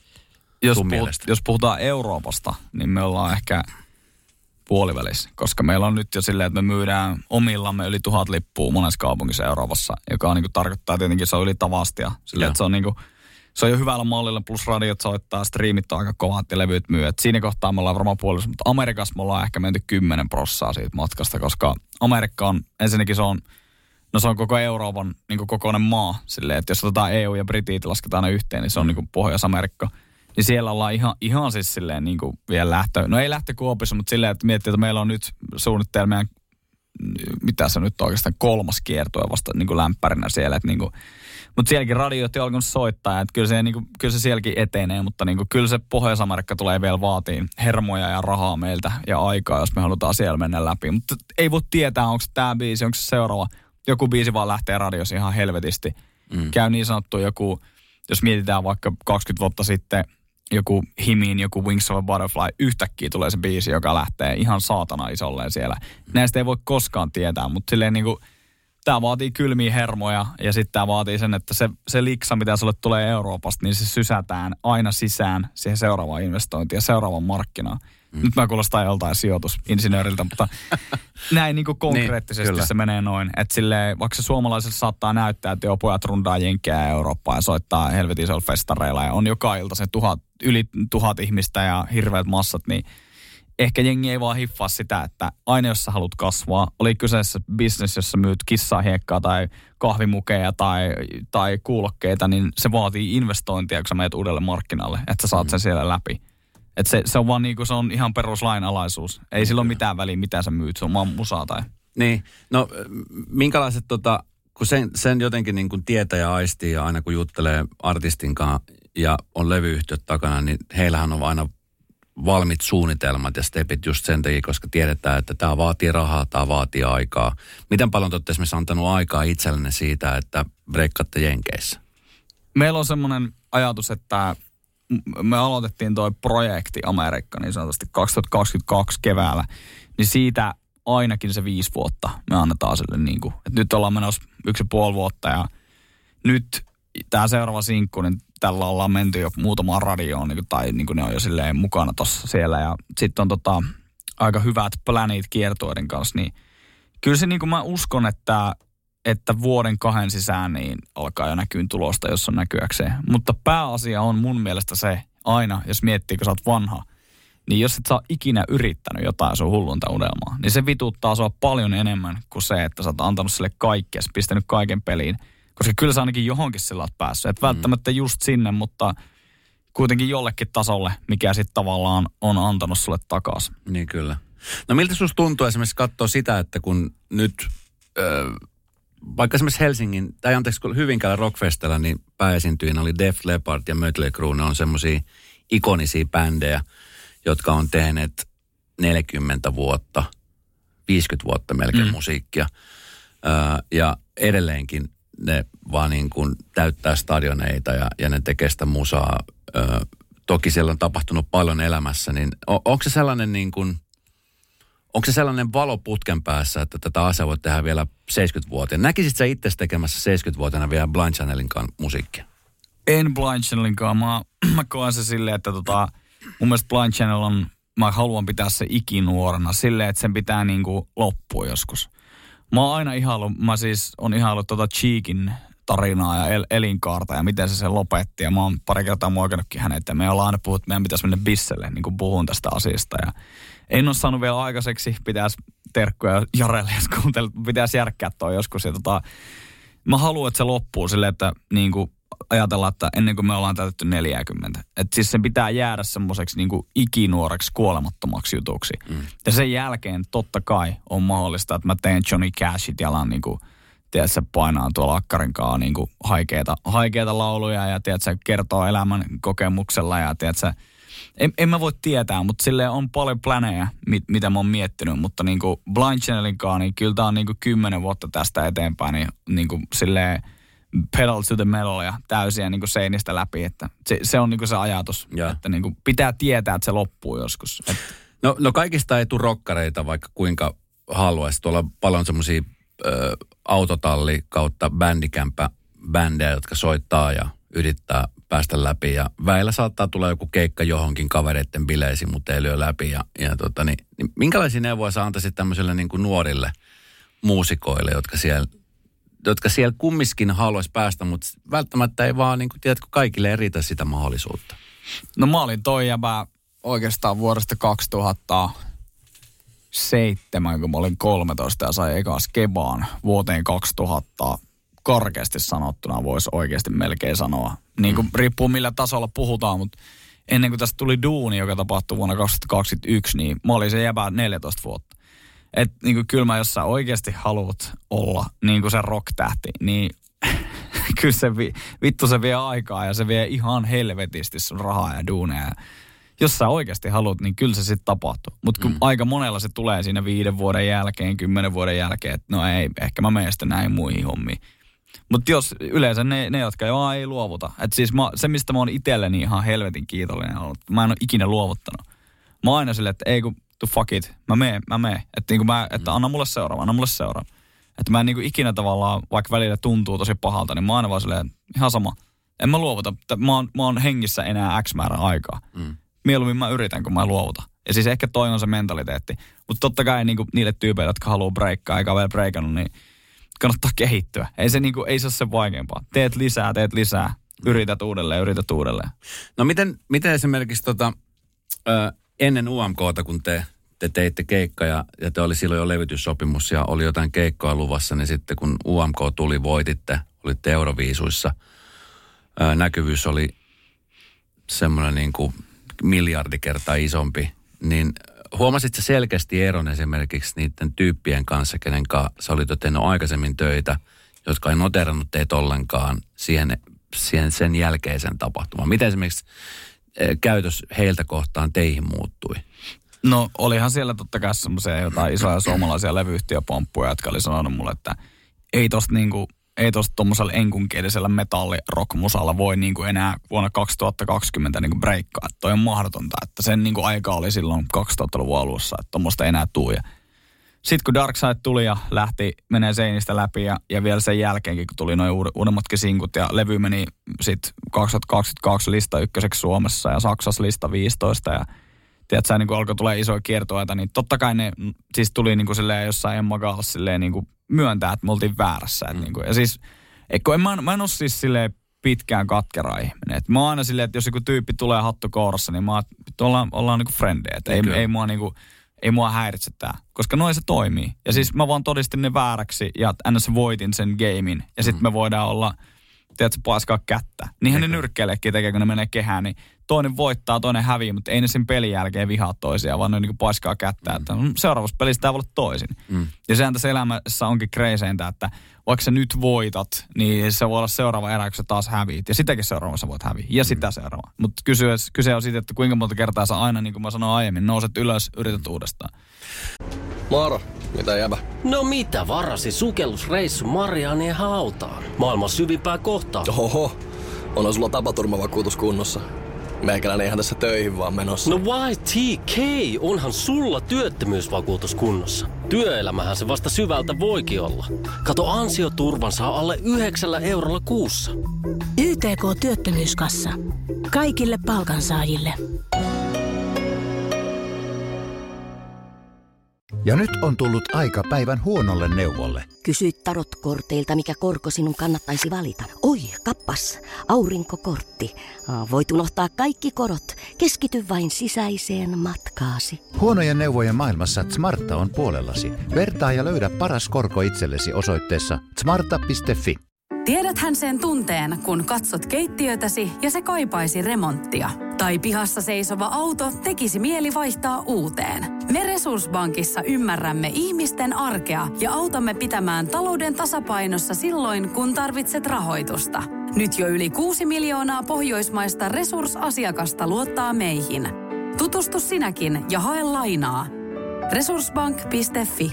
Jos puhutaan Euroopasta, niin me ollaan ehkä puolivälissä, koska meillä on nyt jo silleen, että me myydään omillamme yli 1000 lippua monessa kaupungissa Euroopassa, joka on, niin kuin, tarkoittaa tietenkin, se on yli tavastia. Silleen, että se on, niin kuin, se on jo hyvällä mallilla, plus radiot soittaa, striimit on aika kovat ja levyt myy. Et siinä kohtaa me ollaan varmaan puolivälissä, mutta Amerikassa me ollaan ehkä menty 10% siitä matkasta, koska Amerikka on, ensinnäkin se on koko Euroopan niin kuin kokoinen maa. Silleen, että jos otetaan EU ja Britit lasketaan ne yhteen, niin se on niin kuin Pohjois-Amerikka. Niin siellä ollaan ihan siis silleen niin kuin vielä no ei lähtökuopissa, mutta silleen, että miettii, että meillä on nyt suunnitteilla meidän, mitä se nyt on oikeastaan 3. kiertue vasta niin kuin lämpärinä siellä. Että niin kuin, mutta sielläkin radiot on alkanut soittaa, että kyllä se sielläkin etenee, mutta niin kuin, kyllä se Pohjois-Amerikka tulee vielä vaatiin hermoja ja rahaa meiltä ja aikaa, jos me halutaan siellä mennä läpi. Mutta ei voi tietää, onko tämä biisi, onko se seuraava. Joku biisi vaan lähtee radiossa ihan helvetisti. Käy niin sanottu joku, jos mietitään vaikka 20 vuotta sitten, joku Himin, joku Wings of a Butterfly, yhtäkkiä tulee se biisi, joka lähtee ihan saatana isolleen siellä. Näistä ei voi koskaan tietää, mutta silleen niinku, tää vaatii kylmiä hermoja ja sitten tää vaatii sen, että se liksa, mitä sulle tulee Euroopasta, niin se sysätään aina sisään siihen seuraavaan investointiin ja seuraavaan markkinaan. Nyt mä kuulostan joltain sijoitusinsinööriltä, mutta näin niin kuin konkreettisesti niin, se menee noin. Että silleen, vaikka se suomalaiselle saattaa näyttää, että joo, pojat rundaa Jenkkää ja Eurooppaa ja soittaa helvetin isoilla festareilla ja on joka ilta se yli 1000 ihmistä ja hirveät massat, niin ehkä jengi ei vaan hiffaa sitä, että aina jos sä haluat kasvaa, oli kyseessä business, jossa myyt kissaa, hiekkaa tai kahvimukeja tai kuulokkeita, niin se vaatii investointia, kun sä menet uudelle markkinalle, että sä saat sen siellä läpi. Että se on vaan niinku, se on ihan peruslainalaisuus. Ei sillä ole mitään väliä, mitä sä myyt, se on vaan musaa tai... Niin, no minkälaiset kun sen jotenkin niin kuin tietää ja aistii ja aina kun juttelee artistin kanssa ja on levyyhtiöt takana, niin heillähän on aina valmiit suunnitelmat ja stepit just sen takia, koska tiedetään, että tämä vaatii rahaa, tämä vaatii aikaa. Miten paljon te olette esimerkiksi antanut aikaa itsellenne siitä, että breikkaatte Jenkeissä? Meillä on semmoinen ajatus, että me aloitettiin toi projekti Amerikka niin sanotusti 2022 keväällä, niin siitä ainakin se 5 vuotta me annetaan sille niin kuin, että nyt ollaan menossa 1,5 vuotta ja nyt tämä seuraava sinkku, niin tällä ollaan menty jo muutamaan radioon, niin kuin, tai niin kuin ne on jo silleen mukana tossa siellä ja sitten on aika hyvät planit kiertueiden kanssa, niin kyllä se niin kuin mä uskon, että vuoden 2 sisään niin alkaa jo näkyä tulosta, jos on näkyäkseen. Mutta pääasia on mun mielestä se aina, jos miettii, kun sä oot vanha, niin jos et sä oot ikinä yrittänyt jotain sun hullunta unelmaa, niin se vituttaa sua paljon enemmän kuin se, että sä oot antanut sille kaikkea, pistänyt kaiken peliin. Koska kyllä sä ainakin johonkin sillä oot päässyt. Et välttämättä just sinne, mutta kuitenkin jollekin tasolle, mikä sitten tavallaan on antanut sulle takaisin. Niin kyllä. No miltä susta tuntuu esimerkiksi katsoa sitä, että kun nyt... vaikka esimerkiksi Helsingin, tai anteeksi Hyvinkäällä Rockfestilla, niin pääesiintyjinä oli Def Leppard ja Mötley Crüe. Ne on semmoisia ikonisia bändejä, jotka on tehneet 40 vuotta, 50 vuotta melkein musiikkia. Ja edelleenkin ne vaan niin kuin täyttää stadioneita ja ne tekee sitä musaa. Toki siellä on tapahtunut paljon elämässä, niin onko se sellainen niin kuin... Onko se sellainen valo putken päässä, että tätä asiaa voi tehdä vielä 70-vuotiaana? Näkisit sä itse tekemässä 70-vuotiaana vielä Blind Channelinkaan musiikkia? En Blind Channelinkaan. Mä koen se silleen, että mun mielestä Blind Channel on, mä haluan pitää se ikinuorena silleen, että sen pitää niinku loppua joskus. Mä oon aina on ihaillut Cheekin tarinaa ja elinkaarta ja miten se sen lopetti. Ja mä oon pari kertaa muokannutkin hänet ja me ollaan aina puhuttu, että meidän pitäisi mennä bisselle, niin kuin puhun tästä asiasta. Ja en ole saanut vielä aikaiseksi, pitäisi terkkuja Jarelle, jos kuuntelet, pitäisi järkkää toi joskus. Ja mä haluan, että se loppuu silleen, että niin kuin ajatellaan, että ennen kuin me ollaan täytetty 40. Että siis sen pitää jäädä semmoiseksi niin kuin ikinuoreksi kuolemattomaksi jutuksi. Ja sen jälkeen totta kai on mahdollista, että mä teen Johnny Cashit ja alan niin kuin, tiedätkö, painaa tuolla akkarinkaan niin kuin haikeita lauluja ja tiedätkö, kertoo elämän kokemuksella ja tiedätkö, en mä voi tietää, mutta silleen on paljon planeja, mitä mä oon miettinyt, mutta niin kuin Blind Channelinkaan, niin kyllä tää on niin kuin 10 vuotta tästä eteenpäin, niin kuin silleen pedal to the metal ja täysiä niin kuin seinistä läpi, että se on niin kuin se ajatus, että niin kuin pitää tietää, että se loppuu joskus. No kaikista ei tule rokkareita, vaikka kuinka haluaisi. Tuolla on paljon semmoisia autotalli kautta bändikämpä-bändejä, jotka soittaa ja yrittää päästä läpi. Ja väillä saattaa tulla joku keikka johonkin kavereiden bileisiin, mutta ei lyö läpi. Niin minkälaisia neuvoja sä antaisit tämmöiselle niin kuin nuorille muusikoille, jotka siellä kumminkin haluaisi päästä, mutta välttämättä ei vaan, niin kuin, tiedätkö, kaikille ei riitä sitä mahdollisuutta. No mä olin toi jäbä oikeastaan vuodesta 2007, kun mä olin 13 ja sai ekas kebaan vuoteen 2000. Karkeasti sanottuna voisi oikeasti melkein sanoa. Niin kuin riippuu millä tasolla puhutaan, mutta ennen kuin tästä tuli duuni, joka tapahtui vuonna 2021, niin mä olin se jäbä 14 vuotta. Että niin kuin kyllä mä, jos sä oikeasti haluat olla niin kuin se rock-tähti, niin kyllä se vie aikaa ja se vie ihan helvetisti sun rahaa ja duuneja. Jos sä oikeasti haluat, niin kyllä se sitten tapahtuu. Mutta aika monella se tulee siinä 5 vuoden jälkeen, 10 vuoden jälkeen, että no ei, ehkä mä menen sitten näin muihin hommiin. Mutta jos yleensä ne jotka ei luovuta. Että siis se, mistä mä oon itselleni ihan helvetin kiitollinen ollut, mä en ole ikinä luovuttanut. Mä oon aina silleen, että ei kun to fuck it, mä meen. Että niinku että anna mulle seuraava. Että mä en niinku ikinä tavallaan, vaikka välillä tuntuu tosi pahalta, niin mä aina vaan silleen, ihan sama. En mä luovuta, mä oon hengissä enää X määrän aikaa. Mieluummin mä yritän, kun mä luovutan. Ja siis ehkä toi on se mentaliteetti. Mutta totta kai niin kuin niille tyypeille, jotka haluaa breikkaa, eikä vielä breikannut, niin kannattaa kehittyä. Ei se ole se vaikeampaa. Teet lisää, yrität uudelleen. No miten esimerkiksi ennen UMKta, kun te teitte keikka ja te oli silloin jo levytyssopimus ja oli jotain keikkoa luvassa, niin sitten kun UMK tuli, voititte, olitte Euroviisuissa, näkyvyys oli semmoinen niin kuin miljardi kertaa isompi, niin huomasitko selkeästi eron esimerkiksi niiden tyyppien kanssa, kenen kanssa sä olit jo tehnyt aikaisemmin töitä, jotka ei noterannut teitä ollenkaan siihen sen jälkeisen tapahtumaan? Miten esimerkiksi käytös heiltä kohtaan teihin muuttui? No olihan siellä totta kai semmoisia jotain isoja suomalaisia levyyhtiöpomppuja, jotka oli sanonut mulle, että ei tosta tommosella enkunkielisellä metallirockmusalla voi niinku enää vuonna 2020 niinku breikkaa. Toi on mahdotonta, että sen niinku aika oli silloin 2000-luvun alussa, että tommoista ei enää tuu. Sitten kun Darkside tuli ja lähti menee seinistä läpi ja vielä sen jälkeenkin, kun tuli noin uudemmatkin sinkut ja levy meni sitten 2022 lista ykköseksi Suomessa ja Saksassa lista 15 ja tiedätkö, niin kun alkoi tulee isoja kiertueita, niin totta kai ne siis tuli niin kuin silleen jossain Emma Gaalassa silleen niin kuin myöntää, että me oltiin väärässä. Että niin kuin, ja siis, mä en ole siis silleen pitkään katkera ihminen. Et mä oon aina silleen, että jos joku tyyppi tulee hattu kourassa, niin ollaan niin kuin frendejä. Ei mua häiritse tää, koska noin se toimii. Ja siis mä vaan todistin ne vääräksi ja ns. Voitin sen gamein. Ja sitten me voidaan olla, tiedätkö, paiskaa kättä. Niinhän ne nyrkkeilekin tekee, kun ne menee kehään, niin toinen voittaa, toinen häviää, mutta ei ne sen pelin jälkeen vihaa toisiaan, vaan ne niinku paiskaa kättä. Että seuraavassa pelissä tämä voi olla toisin. Ja sehän tässä elämässä onkin kreiseintä, että vaikka sä nyt voitat, niin se voi olla seuraava erä, kun sä taas häviit. Ja sitäkin seuraavassa voit häviä. Ja sitä seuraava. Mutta kyse on siitä, että kuinka monta kertaa sä aina, niin kuin mä sanoin aiemmin, nouset ylös, yrität uudestaan. Moro, mitä jäbä? No mitä, varasi sukellusreissu Marianien hautaan. Maailman syvimpää kohtaa. Oho, onhan sulla tapaturmavakuutus kunnossa. Meikäläinen ihan tässä töihin vaan menossa. No YTK, onhan sulla työttömyysvakuutus kunnossa. Työelämähän se vasta syvältä voikin olla. Kato, ansioturvan saa alle 9 eurolla kuussa. YTK Työttömyyskassa. Kaikille palkansaajille. Ja nyt on tullut aika päivän huonolle neuvolle. Kysy tarotkorteilta, mikä korko sinun kannattaisi valita. Oi, kappas, aurinkokortti. Voit unohtaa kaikki korot. Keskity vain sisäiseen matkaasi. Huonojen neuvojen maailmassa Smarta on puolellasi. Vertaa ja löydä paras korko itsellesi osoitteessa smarta.fi. Tiedäthän sen tunteen, kun katsot keittiötäsi ja se kaipaisi remonttia. Tai pihassa seisova auto tekisi mieli vaihtaa uuteen. Me Resursbankissa ymmärrämme ihmisten arkea ja autamme pitämään talouden tasapainossa silloin, kun tarvitset rahoitusta. Nyt jo yli 6 miljoonaa pohjoismaista resursasiakasta luottaa meihin. Tutustu sinäkin ja hae lainaa. Resursbank.fi.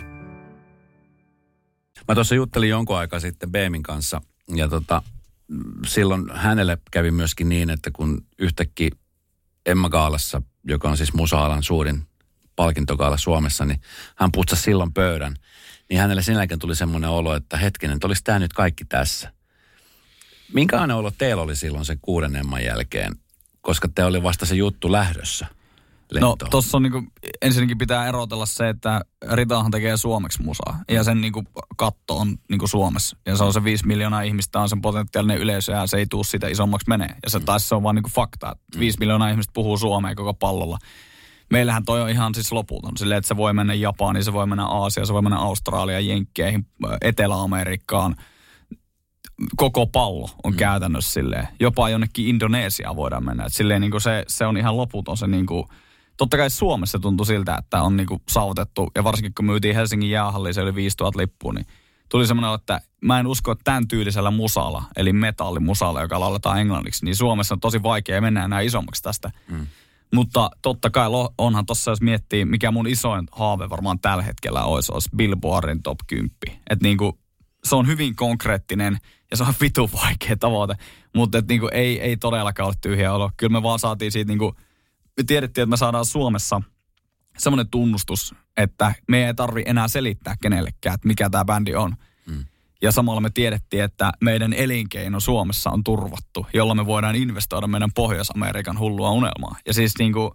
Mä tuossa juttelin jonkun aikaa sitten Beemin kanssa ja silloin hänelle kävi myöskin niin, että kun yhtäkkiä Emma Gaalassa, joka on siis musa-alan suurin palkintogaala Suomessa, niin hän putsasi silloin pöydän. Niin hänelle sen jälkeen tuli semmoinen olo, että hetkinen, että olisi tämä nyt kaikki tässä. Minkälainen olo teillä oli silloin sen 6. Emman jälkeen, koska te oli vasta se juttu lähdössä lentoon? No tossa on niinku, ensinnäkin pitää erotella se, että Ritahan tekee suomeksi musaa. Ja sen niinku katto on niinku Suomessa. Ja se on se 5 miljoonaa ihmistä on sen potentiaalinen yleisö ja se ei tuu sitä isommaksi menee. Ja se taas se on vaan niinku fakta, että 5 miljoonaa ihmistä puhuu suomea koko pallolla. Meillähän toi on ihan siis loputon. Silleen, että se voi mennä Japaniin, se voi mennä Aasiaan, se voi mennä Australiaan, Jenkkeihin, Etelä-Amerikkaan. Koko pallo on käytännössä silleen. Jopa jonnekin Indonesiaan voidaan mennä. Et silleen niinku se on ihan loputon se niinku. Totta kai Suomessa tuntui siltä, että on niinku saavutettu, ja varsinkin kun myytiin Helsingin jäähalliin, se oli 5000 lippua, niin tuli semmoinen, että mä en usko, että tämän tyylisellä musalla, eli metallimusalla, joka lauletaan englanniksi, niin Suomessa on tosi vaikea mennä enää isommaksi tästä. Mutta totta kai onhan tossa, jos miettii, mikä mun isoin haave varmaan tällä hetkellä olisi Billboardin top 10. Että niinku, se on hyvin konkreettinen, ja se on vitun vaikea tavoite, mutta niinku, ei todellakaan ole tyhjä olo. Kyllä me vaan saatiin siitä niinku, me tiedettiin, että me saadaan Suomessa semmoinen tunnustus, että me ei tarvi enää selittää kenellekään, että mikä tämä bändi on. Ja samalla me tiedettiin, että meidän elinkeino Suomessa on turvattu, jolla me voidaan investoida meidän Pohjois-Amerikan hullua unelmaa. Ja siis niinku,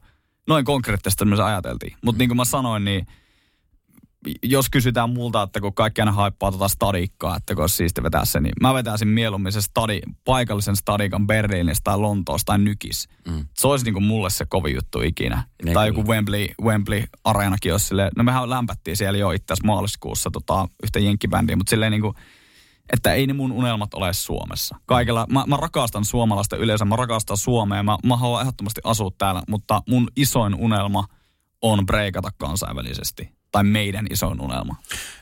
noin konkreettisesti me se ajateltiin. Mutta niin kuin mä sanoin, niin jos kysytään multa, että kun kaikki aina haippaa stadikkaa, että kun olisi siisti vetää se, niin mä vetäisin mieluummin se paikallisen stadikan Berliinistä tai Lontoosta tai Nykis. Se olisi niin kuin mulle se kovin juttu ikinä. Ne tai joku Wembley-areenakin olisi silleen, no mehän lämpättiin siellä jo itse asiassa maaliskuussa yhtä jenkkibändiä, mutta silleen niin kuin, että ei ne mun unelmat ole Suomessa. Kaikella, mä rakastan suomalaista yleensä, mä rakastan Suomea, mä haluan ehdottomasti asua täällä, mutta mun isoin unelma on breikata kansainvälisesti. Tai meidän isoin unelma.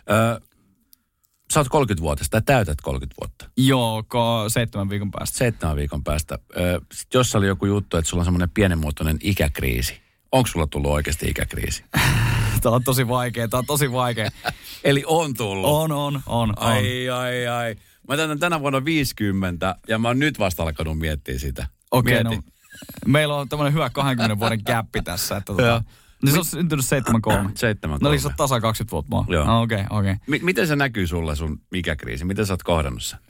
Sä oot 30-vuotias, tai täytät 30 vuotta. Joo, 7 viikon päästä. 7 viikon päästä. Jos oli joku juttu, että sulla on semmoinen pienimuotoinen ikäkriisi. Onko sulla tullut oikeasti ikäkriisi? Tämä on tosi vaikea. Eli on tullut? On. Ai. Mä täytän tänä vuonna 50 ja mä oon nyt vasta alkanut miettiä sitä. Okei, no meillä on tämmöinen hyvä 20 vuoden gappi tässä, että niin se on syntynyt 73. 73. No eli sä oot tasa 20 vuotta mua. Joo. Okei. Miten se näkyy sulle sun ikäkriisi? Miten sä oot kohdannut sen?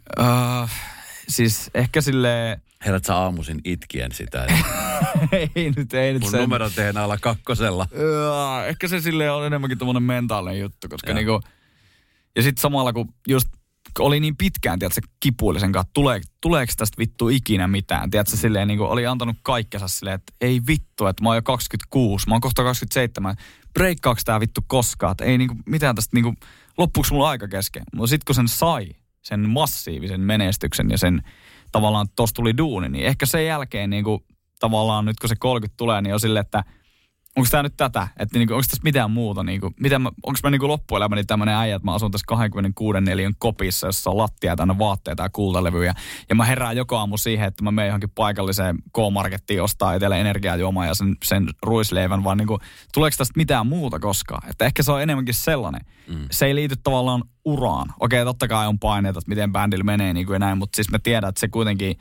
Siis ehkä silleen... Herät sä aamuisin itkien sitä? ei nyt mun sen. numero TNA:lla 2. Ehkä se silleen on enemmänkin tommonen mentaalinen juttu, koska niinku... Ja sit samalla kun just oli niin pitkään, tiedätkö, kipuillisen kanssa, tuleeko tästä vittu ikinä mitään? Tiedätkö, silleen niin kuin oli antanut kaikkensa silleen, että ei vittu, että mä oon jo 26, mä oon kohta 27, breikkaako tää vittu koskaan, että ei niinku mitään tästä niinku, loppuuko mulla aika kesken? Mutta sit kun sen sai, sen massiivisen menestyksen ja sen tavallaan, että tossa tuli duuni, niin ehkä sen jälkeen niinku, tavallaan nyt kun se 30 tulee, niin on silleen, että onko tämä nyt tätä? Että niinku, onko tässä mitään muuta? Niinku, onko mä niinku loppuelämäni tämmöinen äijä, että mä asun tässä 26 neliön kopissa, jossa on lattia täynnä vaatteita ja kultalevyjä. Ja mä herään joka aamu siihen, että mä menen johonkin paikalliseen K-markettiin ostaa itselle energiajuomaa ja sen ruisleivän, vaan niinku, tuleeko tästä mitään muuta koskaan? Että ehkä se on enemmänkin sellainen. Se ei liity tavallaan uraan. Okei, totta kai on paineita, että miten bändillä menee niinku ja näin, mutta siis me tiedän, että se kuitenkin...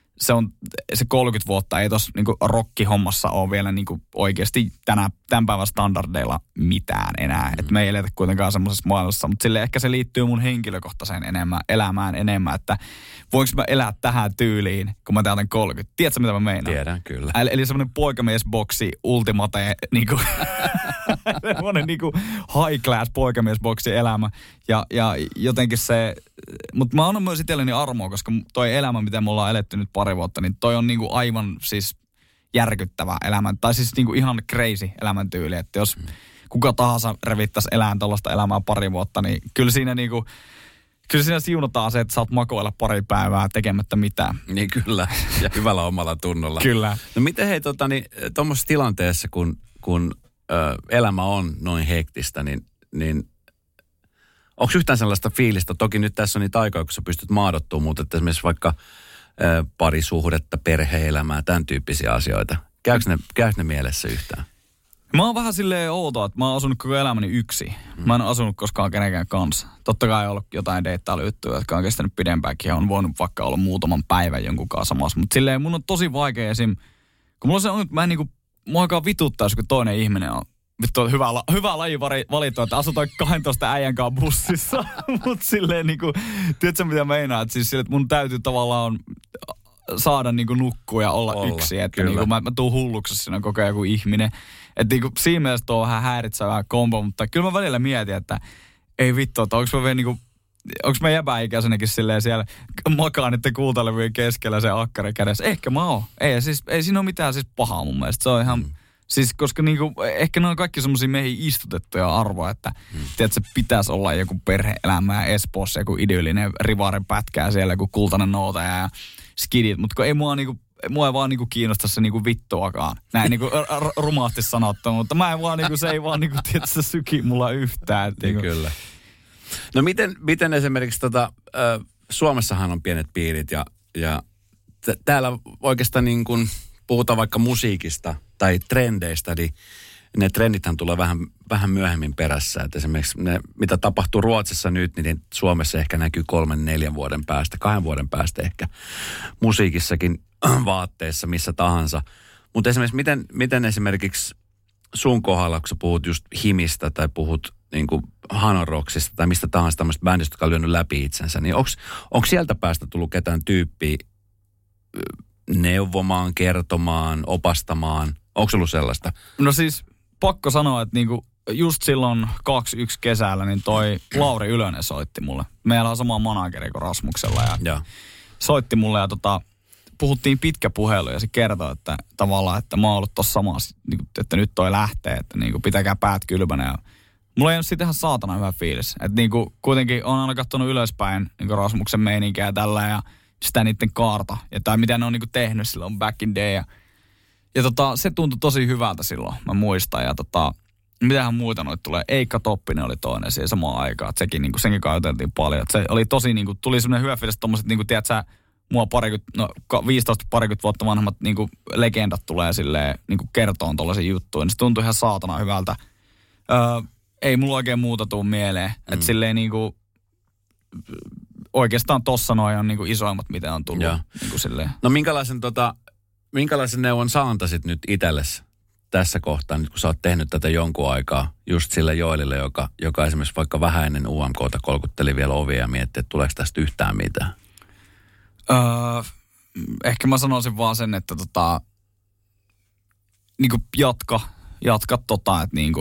Se 30 vuotta ei tuossa niinku rockihommassa ole vielä niinku oikeasti tämän päivän standardeilla mitään enää. Et me ei eletä kuitenkaan semmoisessa maailmassa, mutta sille ehkä se liittyy mun henkilökohtaiseen elämään enemmän, että voinko mä elää tähän tyyliin, kun mä täytän 30. Tiedätkö, mitä mä meinaan? Tiedän, kyllä. Eli semmoinen poikamiesboksi ultimate, niinku, semmoinen niinku high class poikamiesboksi elämä. Ja jotenkin se, mutta mä annan myös itselleni armoa, koska toi elämä, mitä me ollaan eletty nyt pari vuotta, niin toi on niinku aivan siis järkyttävä elämä, tai siis niinku ihan crazy elämäntyyli, että jos kuka tahansa revittäisi elään tällaista elämää pari vuotta, niin kyllä siinä siunataan se, että saat makoilla pari päivää tekemättä mitään. Niin kyllä, ja hyvällä omalla tunnolla. Kyllä. No miten hei, tuommoisessa tilanteessa, kun elämä on noin hektistä, niin onko yhtään sellaista fiilistä? Toki nyt tässä on niitä aikoja, kun sä pystyt maadottumaan, mutta että esimerkiksi vaikka parisuhdetta, perhe-elämää, tämän tyyppisiä asioita. Käykö ne mielessä yhtään? Mä oon vähän silleen outoa, että mä oon asunut koko elämäni yksin. Mä en asunut koskaan kenenkään kanssa. Totta kai on ollut jotain deittailuyttyjä, jotka on kestänyt pidempäänkin ja on voinut vaikka olla muutaman päivän jonkun kanssa samassa. Mutta silleen mun on tosi vaikea esim. Kun mulla on se on, että mä en niinku, mua alkaa vituttaa, jos kun toinen ihminen on. Vittu on hyvä laji valittu, että asutaan 12 äijän kanssa bussissa. Mutta silleen niinku, tiedätkö mitä meinaa? Että siis silleen, että mun täytyy tavallaan saada niinku nukkua ja olla yksin. Että niinku mä tuun hulluksi, jos siinä on koko ajan joku ihminen. Että niinku siinä mielessä tuo on vähän häiritsevää kombo, mutta kyllä mä välillä mietin, että ei vittu, että onko mä vielä niinku, onko mä jäbäikäisenäkin silleen siellä makaa niiden kultalevyjen keskellä se akkari kädessä. Ehkä mä oon. Ei siinä ole mitään siis pahaa mun mielestä. Se on ihan... Siis koska niinku, ehkä ne on kaikki semmosia meihin istutettuja arvoja, että tiedätkö, pitäisi olla joku perhe-elämä ja Espoossa joku idyllinen rivaren pätkää siellä, joku kultainen noutaja ja skidit, mutta ei mua ei vaan niinku kiinnosta se niinku vittuakaan. Näin niinku rumaasti sanottu, mutta mä en vaan niinku, se ei vaan niinku, tiedätkö, syki mulla yhtään. Niin kyllä. No miten esimerkiksi Suomessahan on pienet piirit ja täällä oikeastaan niin kuin puhutaan vaikka musiikista tai trendeistä, niin ne trendithän tulee vähän myöhemmin perässä. Että esimerkiksi ne, mitä tapahtuu Ruotsissa nyt, niin Suomessa ehkä näkyy 3-4 vuoden päästä, 2 vuoden päästä ehkä musiikissakin, vaatteissa, missä tahansa. Mutta esimerkiksi miten esimerkiksi sun kohdalla, kun sä puhut just himistä tai puhut niin kuin Hanoroksista tai mistä tahansa tämmöistä bändistä, jotka on lyönyt läpi itsensä, niin onko sieltä päästä tullut ketään tyyppiä neuvomaan, kertomaan, opastamaan? Onko ollut sellaista? No siis pakko sanoa, että niinku just silloin 21 kesällä niin toi Lauri Ylönen soitti mulle. Meillä on sama manageri kuin Rasmuksella ja soitti mulle ja puhuttiin pitkä puhelu ja se kertoi, että tavallaan, että mä oon ollut tossa samassa, niin, että nyt toi lähtee, että niin, pitäkää päät kylmänä. Ja mulla ei ole siitä ihan saatana hyvä fiilis. Että niin, kuitenkin on aina katsonut ylöspäin niin Rasmuksen meininkiä ja tällä ja sitä niiden kaarta. Ja tai mitä ne on niin tehnyt silloin back in day. Ja se tuntui tosi hyvältä silloin, mä muistan. Ja mitähän muita noita tulee. Eikka Toppinen oli toinen siihen samaan aikaan. Että sekin, niin senkin käyteltiin paljon. Että se oli tosi, niin kuin, tuli semmoinen hyvä fiilis, tommoset, niin kuin, tiedätkö, mua 15-parikymmentä vuotta vanhemmat niinku legendat tulee silleen niinku kertoon tollaisia juttuja, niin se tuntui ihan saatana hyvältä. Ei mulla oikein muuta tuu mieleen. Että silleen niinku oikeastaan tossa noin on niinku isoimmat, mitä on tullut. Niinku silleen. No minkälaisen neuvon sä antaisit nyt itsellesi tässä kohtaa, nyt kun sä oot tehnyt tätä jonkun aikaa, just sille Joelille, joka esimerkiksi vaikka vähän ennen UMK:ta kolkutteli vielä ovia ja mietti, että tuleeko tästä yhtään mitään? Ehkä mä sanoisin vaan sen, että niinku jatka että niinku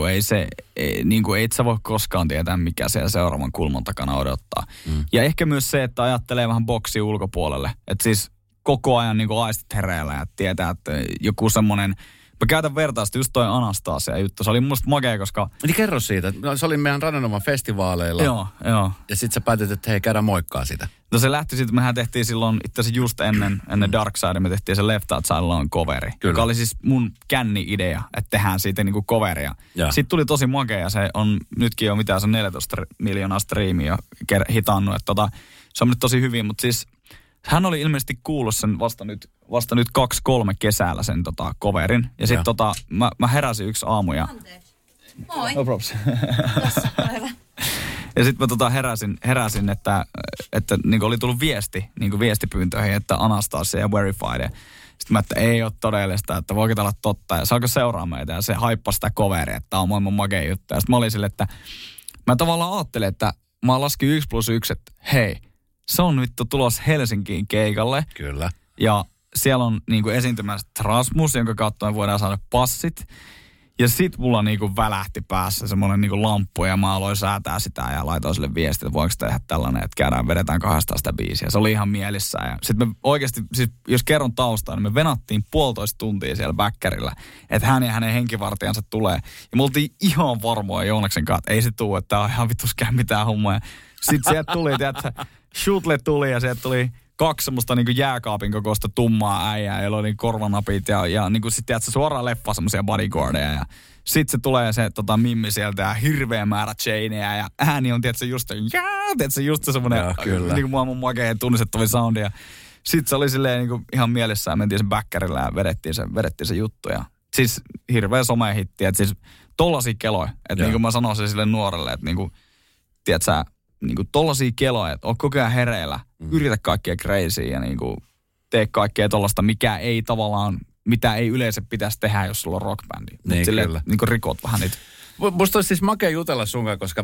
niinku et sä voi koskaan tietää, mikä siellä seuraavan kulman takana odottaa. Ja ehkä myös se, että ajattelee vähän boksi ulkopuolelle. Että siis koko ajan niinku aistit hereillä ja tietää, että joku semmonen. Mä käytän vertaista just toi Anastasia juttu. Se oli mun mielestä makea, koska Niin kerro siitä. Se oli meidän Radionovan festivaaleilla. Joo. Ja sit sä päätit, että hei, käydään moikkaa sitä. No se lähti siitä, mehän tehtiin silloin, itse asiassa just ennen Dark Side, me tehtiin se Left Outside Alone -coveri. Joka oli siis mun känni-idea, että tehdään siitä niinku coveria. Sitten tuli tosi makea ja se on nytkin jo mitään, se on 14 miljoonaa striimiä hitannut. Että se on nyt tosi hyvin, mutta siis hän oli ilmeisesti kuullut sen vasta nyt 2-3 kesällä sen coverin. Ja sitten mä heräsin yksi aamu ja Anteeksi. Moi. No props. Tossa, ole hyvä. Ja sitten mä heräsin, että niin oli tullut viestipyyntöihin, että Anastasia ja Verified. Sitten mä, että ei ole todellista, että voiko olla totta. Ja se alkoi seuraa meitä ja se haippasi sitä coveria, että tämä on maailman makea juttu. Ja sitten mä olin sille, että mä tavallaan ajattelin, että mä laskin 1+1, että hei, se on vittu tulos Helsinkiin keikalle. Kyllä. Ja siellä on niinku esiintymässä Rasmus, jonka kautta me voidaan saada passit. Ja sit mulla niinku välähti päässä semmoinen niinku lamppu ja mä aloin säätää sitä ja laitoin sille viestiä, että voiko tehdä tällainen, että vedetään 200 sitä biisiä. Se oli ihan mielissä ja sit me oikeasti, siis jos kerron taustaa, niin me venattiin 1,5 tuntia siellä väkkärillä, että hän ja hänen henkivartijansa tulee. Ja me oltiin ihan varmoja Joonaksen kanssa, että ei se tule, että tää on ihan vituskään mitään hommaa. Ja sit sieltä tuli, tiedätkö, Shootle tuli ja sieltä tuli 2 semmoista niinku jääkaapin kokoista tummaa äijää, joilla oli korvanapit ja niinku sit tiedätkö suoraan leffa semmoisia bodyguardeja ja sit se tulee se mimmi sieltä ja hirveä määrä chaineja ja ääni on tiedätkö just semmoinen niinku maailman makea tunnistettavin soundi ja sit se oli silleen niinku ihan mielessä ja mentiin sen bäkkärillä ja vedettiin se juttu ja siis hirveä somehitti, että siis tollasia keloja, että niinku mä sanoisin sille nuorelle, että niinku tiedätkö niinku tollasia keloja, että on koko ajan hereillä, yritä kaikkea crazyä ja niinku tee kaikkea tollasta, mitä ei yleensä pitäisi tehdä, jos sulla on rockbändi. Niin, silleen, kyllä. Niinku rikot vähän niitä. Musta olisi siis makea jutella sunkaan, koska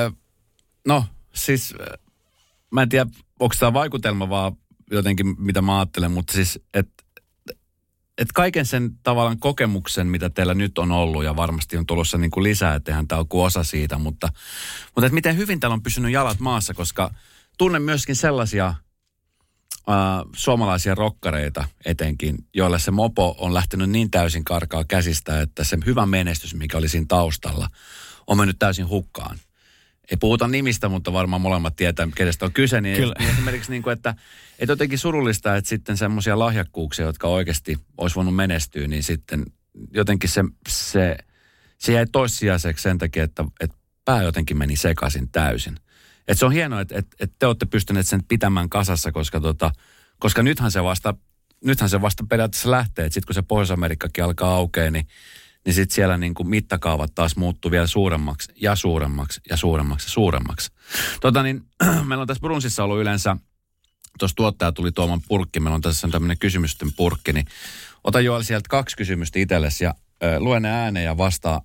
mä en tiedä, onko tämä vaikutelma vaan jotenkin, mitä mä ajattelen, mutta siis, että kaiken sen tavallaan kokemuksen, mitä teillä nyt on ollut ja varmasti on tulossa niin kuin lisää, että eihän tämä ole kuin osa siitä, mutta että miten hyvin täällä on pysynyt jalat maassa, koska tunnen myöskin sellaisia suomalaisia rokkareita etenkin, joilla se mopo on lähtenyt niin täysin karkaa käsistä, että se hyvä menestys, mikä oli siinä taustalla, on mennyt täysin hukkaan. Ei puhuta nimistä, mutta varmaan molemmat tietää, kenestä on kyse. Niin esimerkiksi, niin kuin, että jotenkin surullista, että sitten semmoisia lahjakkuuksia, jotka oikeasti olisi voinut menestyä, niin sitten jotenkin se jäi toissijaiseksi sen takia, että pää jotenkin meni sekaisin täysin. Että se on hienoa, että te olette pystyneet sen pitämään kasassa, koska nythän se vasta periaatteessa lähtee. Että sitten kun se Pohjois-Amerikkakin alkaa aukeaa, niin sitten siellä niin kuin mittakaavat taas muuttuu vielä suuremmaksi ja suuremmaksi ja suuremmaksi ja suuremmaksi. Meillä on tässä Brunssissa ollut yleensä, tuossa tuottaja tuli tuomaan purkki, meillä on tässä tämmöinen kysymysten purkki, niin ota Joel sieltä 2 kysymystä itsellesi ja lue ne ääneen ja vastaa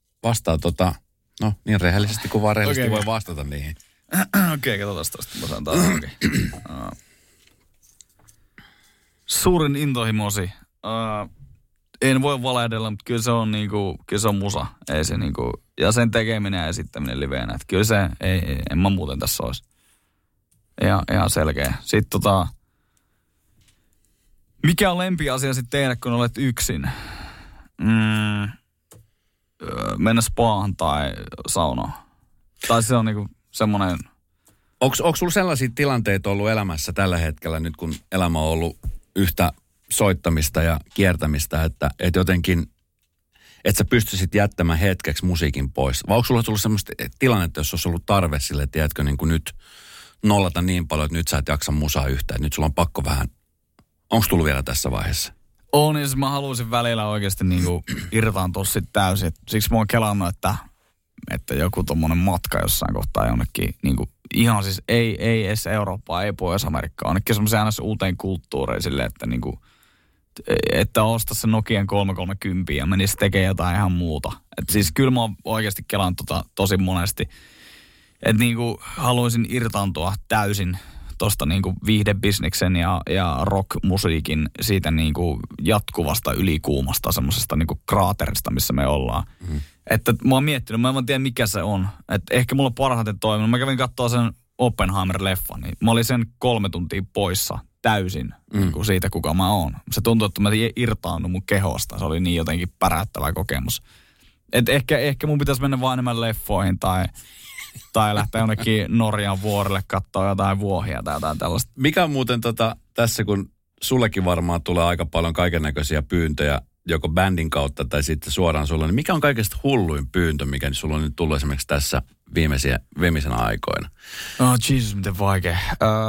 niin rehellisesti kuin vaan rehellisesti voi vastata niihin. Okei, katsotaan tosta. Mä saan taas suurin intohimosi. en voi valehdella, mutta kyllä se on kyllä se on musa. Ei se ja sen tekeminen ja esittäminen liveenä. Että kyllä se, en mä muuten tässä olisi. Ihan selkeä. Sitten mikä on lempiasia sitten tehdä, kun olet yksin? Mennä spaahan tai saunaan. Tai se on semmoinen... Onko sulla sellaisia tilanteita ollut elämässä tällä hetkellä nyt, kun elämä on ollut yhtä soittamista ja kiertämistä, että jotenkin, että sä pystyisit jättämään hetkeksi musiikin pois? Vai onko sulla tullut semmoista tilannetta, jos olisi ollut tarve sille, että tiedätkö niin kuin nyt nollata niin paljon, että nyt sä et jaksa musaa yhtään, että nyt sulla on pakko vähän... Onko tullut vielä tässä vaiheessa? On, ja mä haluaisin välillä oikeasti irtaantua sitten täysin. Siksi mä oon kelannut, että joku tommonen matka jossain kohtaa jonnekin, ihan siis ei edes Eurooppaa, ei Pohjois-Amerikkaa, ainakin semmoisen aina uuteen kulttuuriin silleen, että osta se Nokian 330 ja menisi tekemään jotain ihan muuta. Et siis kyllä mä oon oikeasti kelannut tosi monesti, että haluaisin irtaantua täysin tosta viihdebisneksen ja rockmusiikin siitä jatkuvasta ylikuumasta semmosesta kraaterista, missä me ollaan. Mm. Että mä oon miettinyt, mä en tiedä mikä se on. Että ehkä mulla on parhaiten toiminut. Mä kävin katsoa sen Oppenheimer-leffan, niin mä olin sen 3 tuntia poissa täysin siitä, kuka mä oon. Se tuntui, että mä irtaannut mun kehosta. Se oli niin jotenkin päräyttävä kokemus. Että ehkä mun pitäisi mennä vaan enemmän leffoihin tai lähteä jonnekin Norjan vuorelle katsoa jotain vuohia tai jotain tällaista. Mikä on muuten tässä, kun sullekin varmaan tulee aika paljon kaikennäköisiä pyyntöjä, joko bändin kautta tai sitten suoraan sulle, niin mikä on kaikesta hulluin pyyntö, mikä sulla on nyt tullut esimerkiksi tässä viimeisenä aikoina? Oh Jesus, miten vaikea.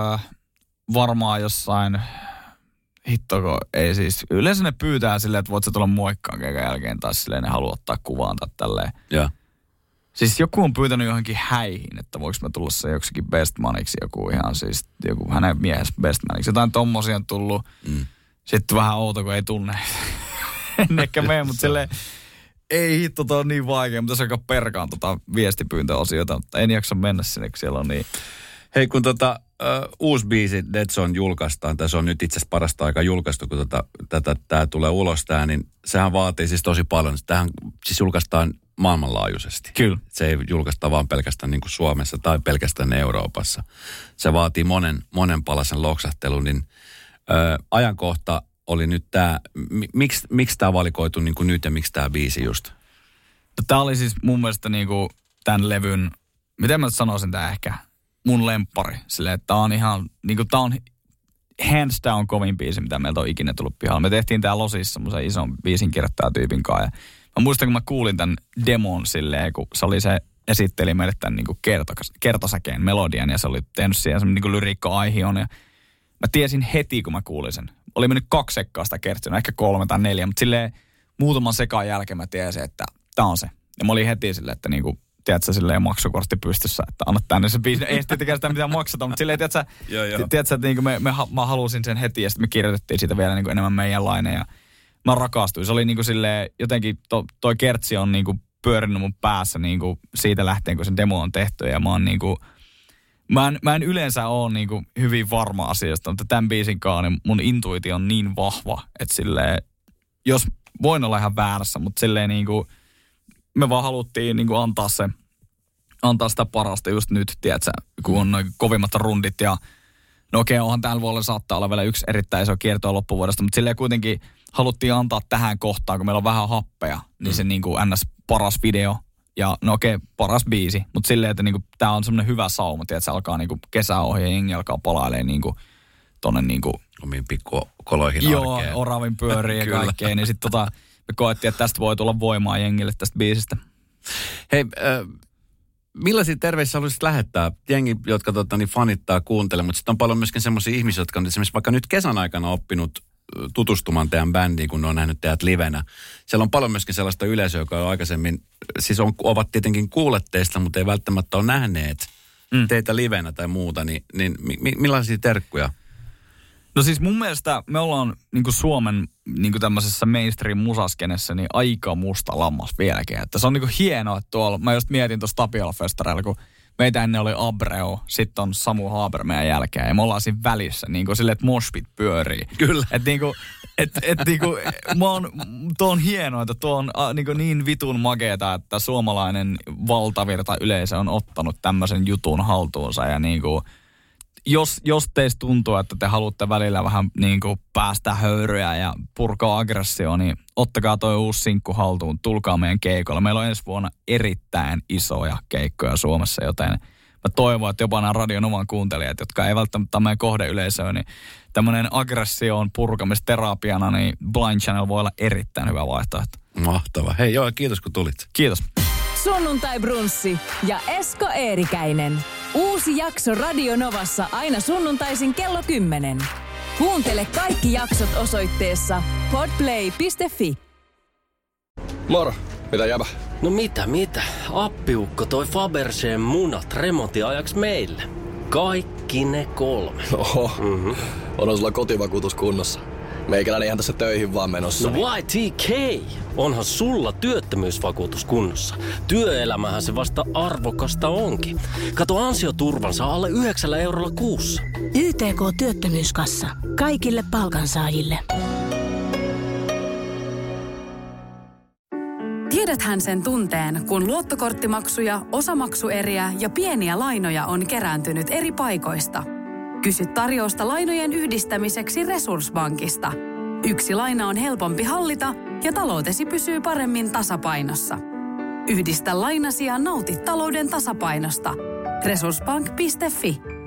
Varmaan jossain, hittoko, ei siis, yleensä ne pyytää silleen, että voit sä tulla moikkaan keikan jälkeen, tai silleen ne haluaa ottaa kuvaan tai tälleen. Joo. Siis joku on pyytänyt johonkin häihin, että voiko mä tulla se joksikin bestmaniksi, joku ihan siis, joku hänen miehensä bestmaniksi. Jotain tommosia on tullut. Sitten vähän outo, kun ei tunne. En ehkä mene, mutta silleen, ei hitto, tää on niin vaikea, mutta se alkaa perkaan viestipyyntöosiota, mutta en jaksa mennä sinne, kun siellä on niin. Hei, kun uusi biisi Dead Zone julkaistaan, tai se on nyt itse asiassa parasta aikaa julkaistu, kun tää tulee ulos niin sehän vaatii siis tosi paljon. Tämähän siis julkaistaan maailmanlaajuisesti. Kyllä. Se ei julkaista vaan pelkästään niin kuin Suomessa tai pelkästään Euroopassa. Se vaatii monen palasen loksahtelun, niin ajankohta oli nyt tämä, miksi tämä valikoitu niin kuin nyt ja miksi tämä biisi just? Tämä oli siis mun mielestä niin kuin tämän levyn, miten mä sanoisin tämä ehkä, mun lemppari. Silleen, että tämä on ihan, niin kuin tämä on hands down kovin biisi, mitä meiltä on ikinä tullut pihalla. Me tehtiin tää Losissa semmoisen ison biisin kirjoittajatyypin kanssa. Ja mä muistan, kun mä kuulin tämän demon silleen, kun se esitteli meille tämän niin kuin kertosäkeen melodian ja se oli tehnyt siihen semmoinen niin lyriikka-aihion. Ja mä tiesin heti, kun mä kuulin sen. Oli mennyt 2 sekkaa sitä kertsiä, ehkä 3 tai 4, mutta silleen muutaman sekaan jälkeen mä tiesin, että tää on se. Ja mä olin heti silleen, että niinku, tiedätkö, silleen maksukortti pystyssä, että anna tänne se biisi. Ei tietenkään sitä mitään maksata, mutta silleen, tiedätkö, että niinku mä halusin sen heti ja sitten me kirjoitettiin siitä vielä niinku enemmän meidän laine ja mä rakastuin. Se oli niinku silleen, jotenkin toi kertsi on niinku pyörinyt mun päässä niinku siitä lähtien, kun sen demo on tehty ja mä oon niinku, Mä en yleensä ole niinku hyvin varma asiasta, mutta tämän biisin kanssa niin mun intuitio on niin vahva, että silleen, jos voin olla ihan väärässä, mutta silleen niinku, me vaan haluttiin niinku antaa sitä parasta just nyt, tiedätkö, kun on noin kovimmat rundit ja no okei, onhan tällä vuodella saattaa olla vielä yksi erittäin iso kiertoa loppuvuodesta, mutta silleen kuitenkin haluttiin antaa tähän kohtaan, kun meillä on vähän happea, niin se niinku ns. Paras video. Ja no okei, paras biisi, mutta silleen, että niinku, tää on semmoinen hyvä sauma, että se alkaa niinku kesä ohi ja jengi alkaa palailemaan niinku tonne niinku omiin pikkukoloihin arkeen. Joo, oravin pyöriin ja kaikkeen. Niin sit me koettiin, että tästä voi tulla voimaa jengille tästä biisistä. Hei, millaisia terveisiä haluaisit lähettää? Jengi, jotka fanittaa, kuuntelee, mutta sitten on paljon myöskin semmoisia ihmisiä, jotka on esimerkiksi vaikka nyt kesän aikana oppinut tutustumaan teidän bändiin, kun ne on nähnyt teidät livenä. Siellä on paljon myöskin sellaista yleisöä, joka on aikaisemmin, siis ovat tietenkin kuulleet teistä, mutta ei välttämättä ole nähneet teitä livenä tai muuta, niin millaisia terkkuja? No siis mun mielestä me ollaan niinku Suomen niinku tämmöisessä mainstream musaskenessä niin aika musta lammas vieläkin. Että se on niinku hienoa, että tuolla, mä just mietin tuossa Tapiola-festareilla, kun meitä ennen oli Abreu, sitten on Samu Haber meidän jälkeen ja me ollaan siinä välissä, niin kuin silleen, että moshpit pyörii. Kyllä. Että niin kuin, niinku, tuo on hienoa, että tuo on niinku niin vitun makeeta, että suomalainen valtavirta yleisö on ottanut tämmöisen jutun haltuunsa. Ja niinku, jos teistä tuntuu, että te haluatte välillä vähän niinku päästä höyryä ja purkaa aggressioon, niin ottakaa toi uusi sinkku haltuun, tulkaa meidän keikolla. Meillä on ensi vuonna erittäin isoja keikkoja Suomessa, joten mä toivon, että jopa nämä Radio Novan kuuntelijat, jotka ei välttämättä meidän kohdeyleisöä, niin tämmöinen aggression purkamisterapiana, niin Blind Channel voi olla erittäin hyvä vaihtoehto. Mahtava. Hei joo, kiitos kun tulit. Kiitos. Sunnuntai Brunssi ja Esko Eerikäinen. Uusi jakso Radio Novassa aina sunnuntaisin kello 10. Kuuntele kaikki jaksot osoitteessa podplay.fi. Moro, mitä jäbä? No mitä? Appiukko toi Faberseen munat remontiajaksi meille. Kaikki ne 3. Oho, onhan sulla kotivakuutus kunnossa. Meikäläinen ihan tässä töihin vaan menossa. No YTK, onhan sulla työttömyysvakuutus kunnossa. Työelämähän se vasta arvokasta onkin. Kato ansioturvansa alle 9 eurolla kuussa. YTK Työttömyyskassa. Kaikille palkansaajille. Tiedäthän sen tunteen, kun luottokorttimaksuja, osamaksueriä ja pieniä lainoja on kerääntynyt eri paikoista. Kysy tarjousta lainojen yhdistämiseksi Resurssbankista. Yksi laina on helpompi hallita ja taloutesi pysyy paremmin tasapainossa. Yhdistä lainasi ja nauti talouden tasapainosta. Resurssbank.fi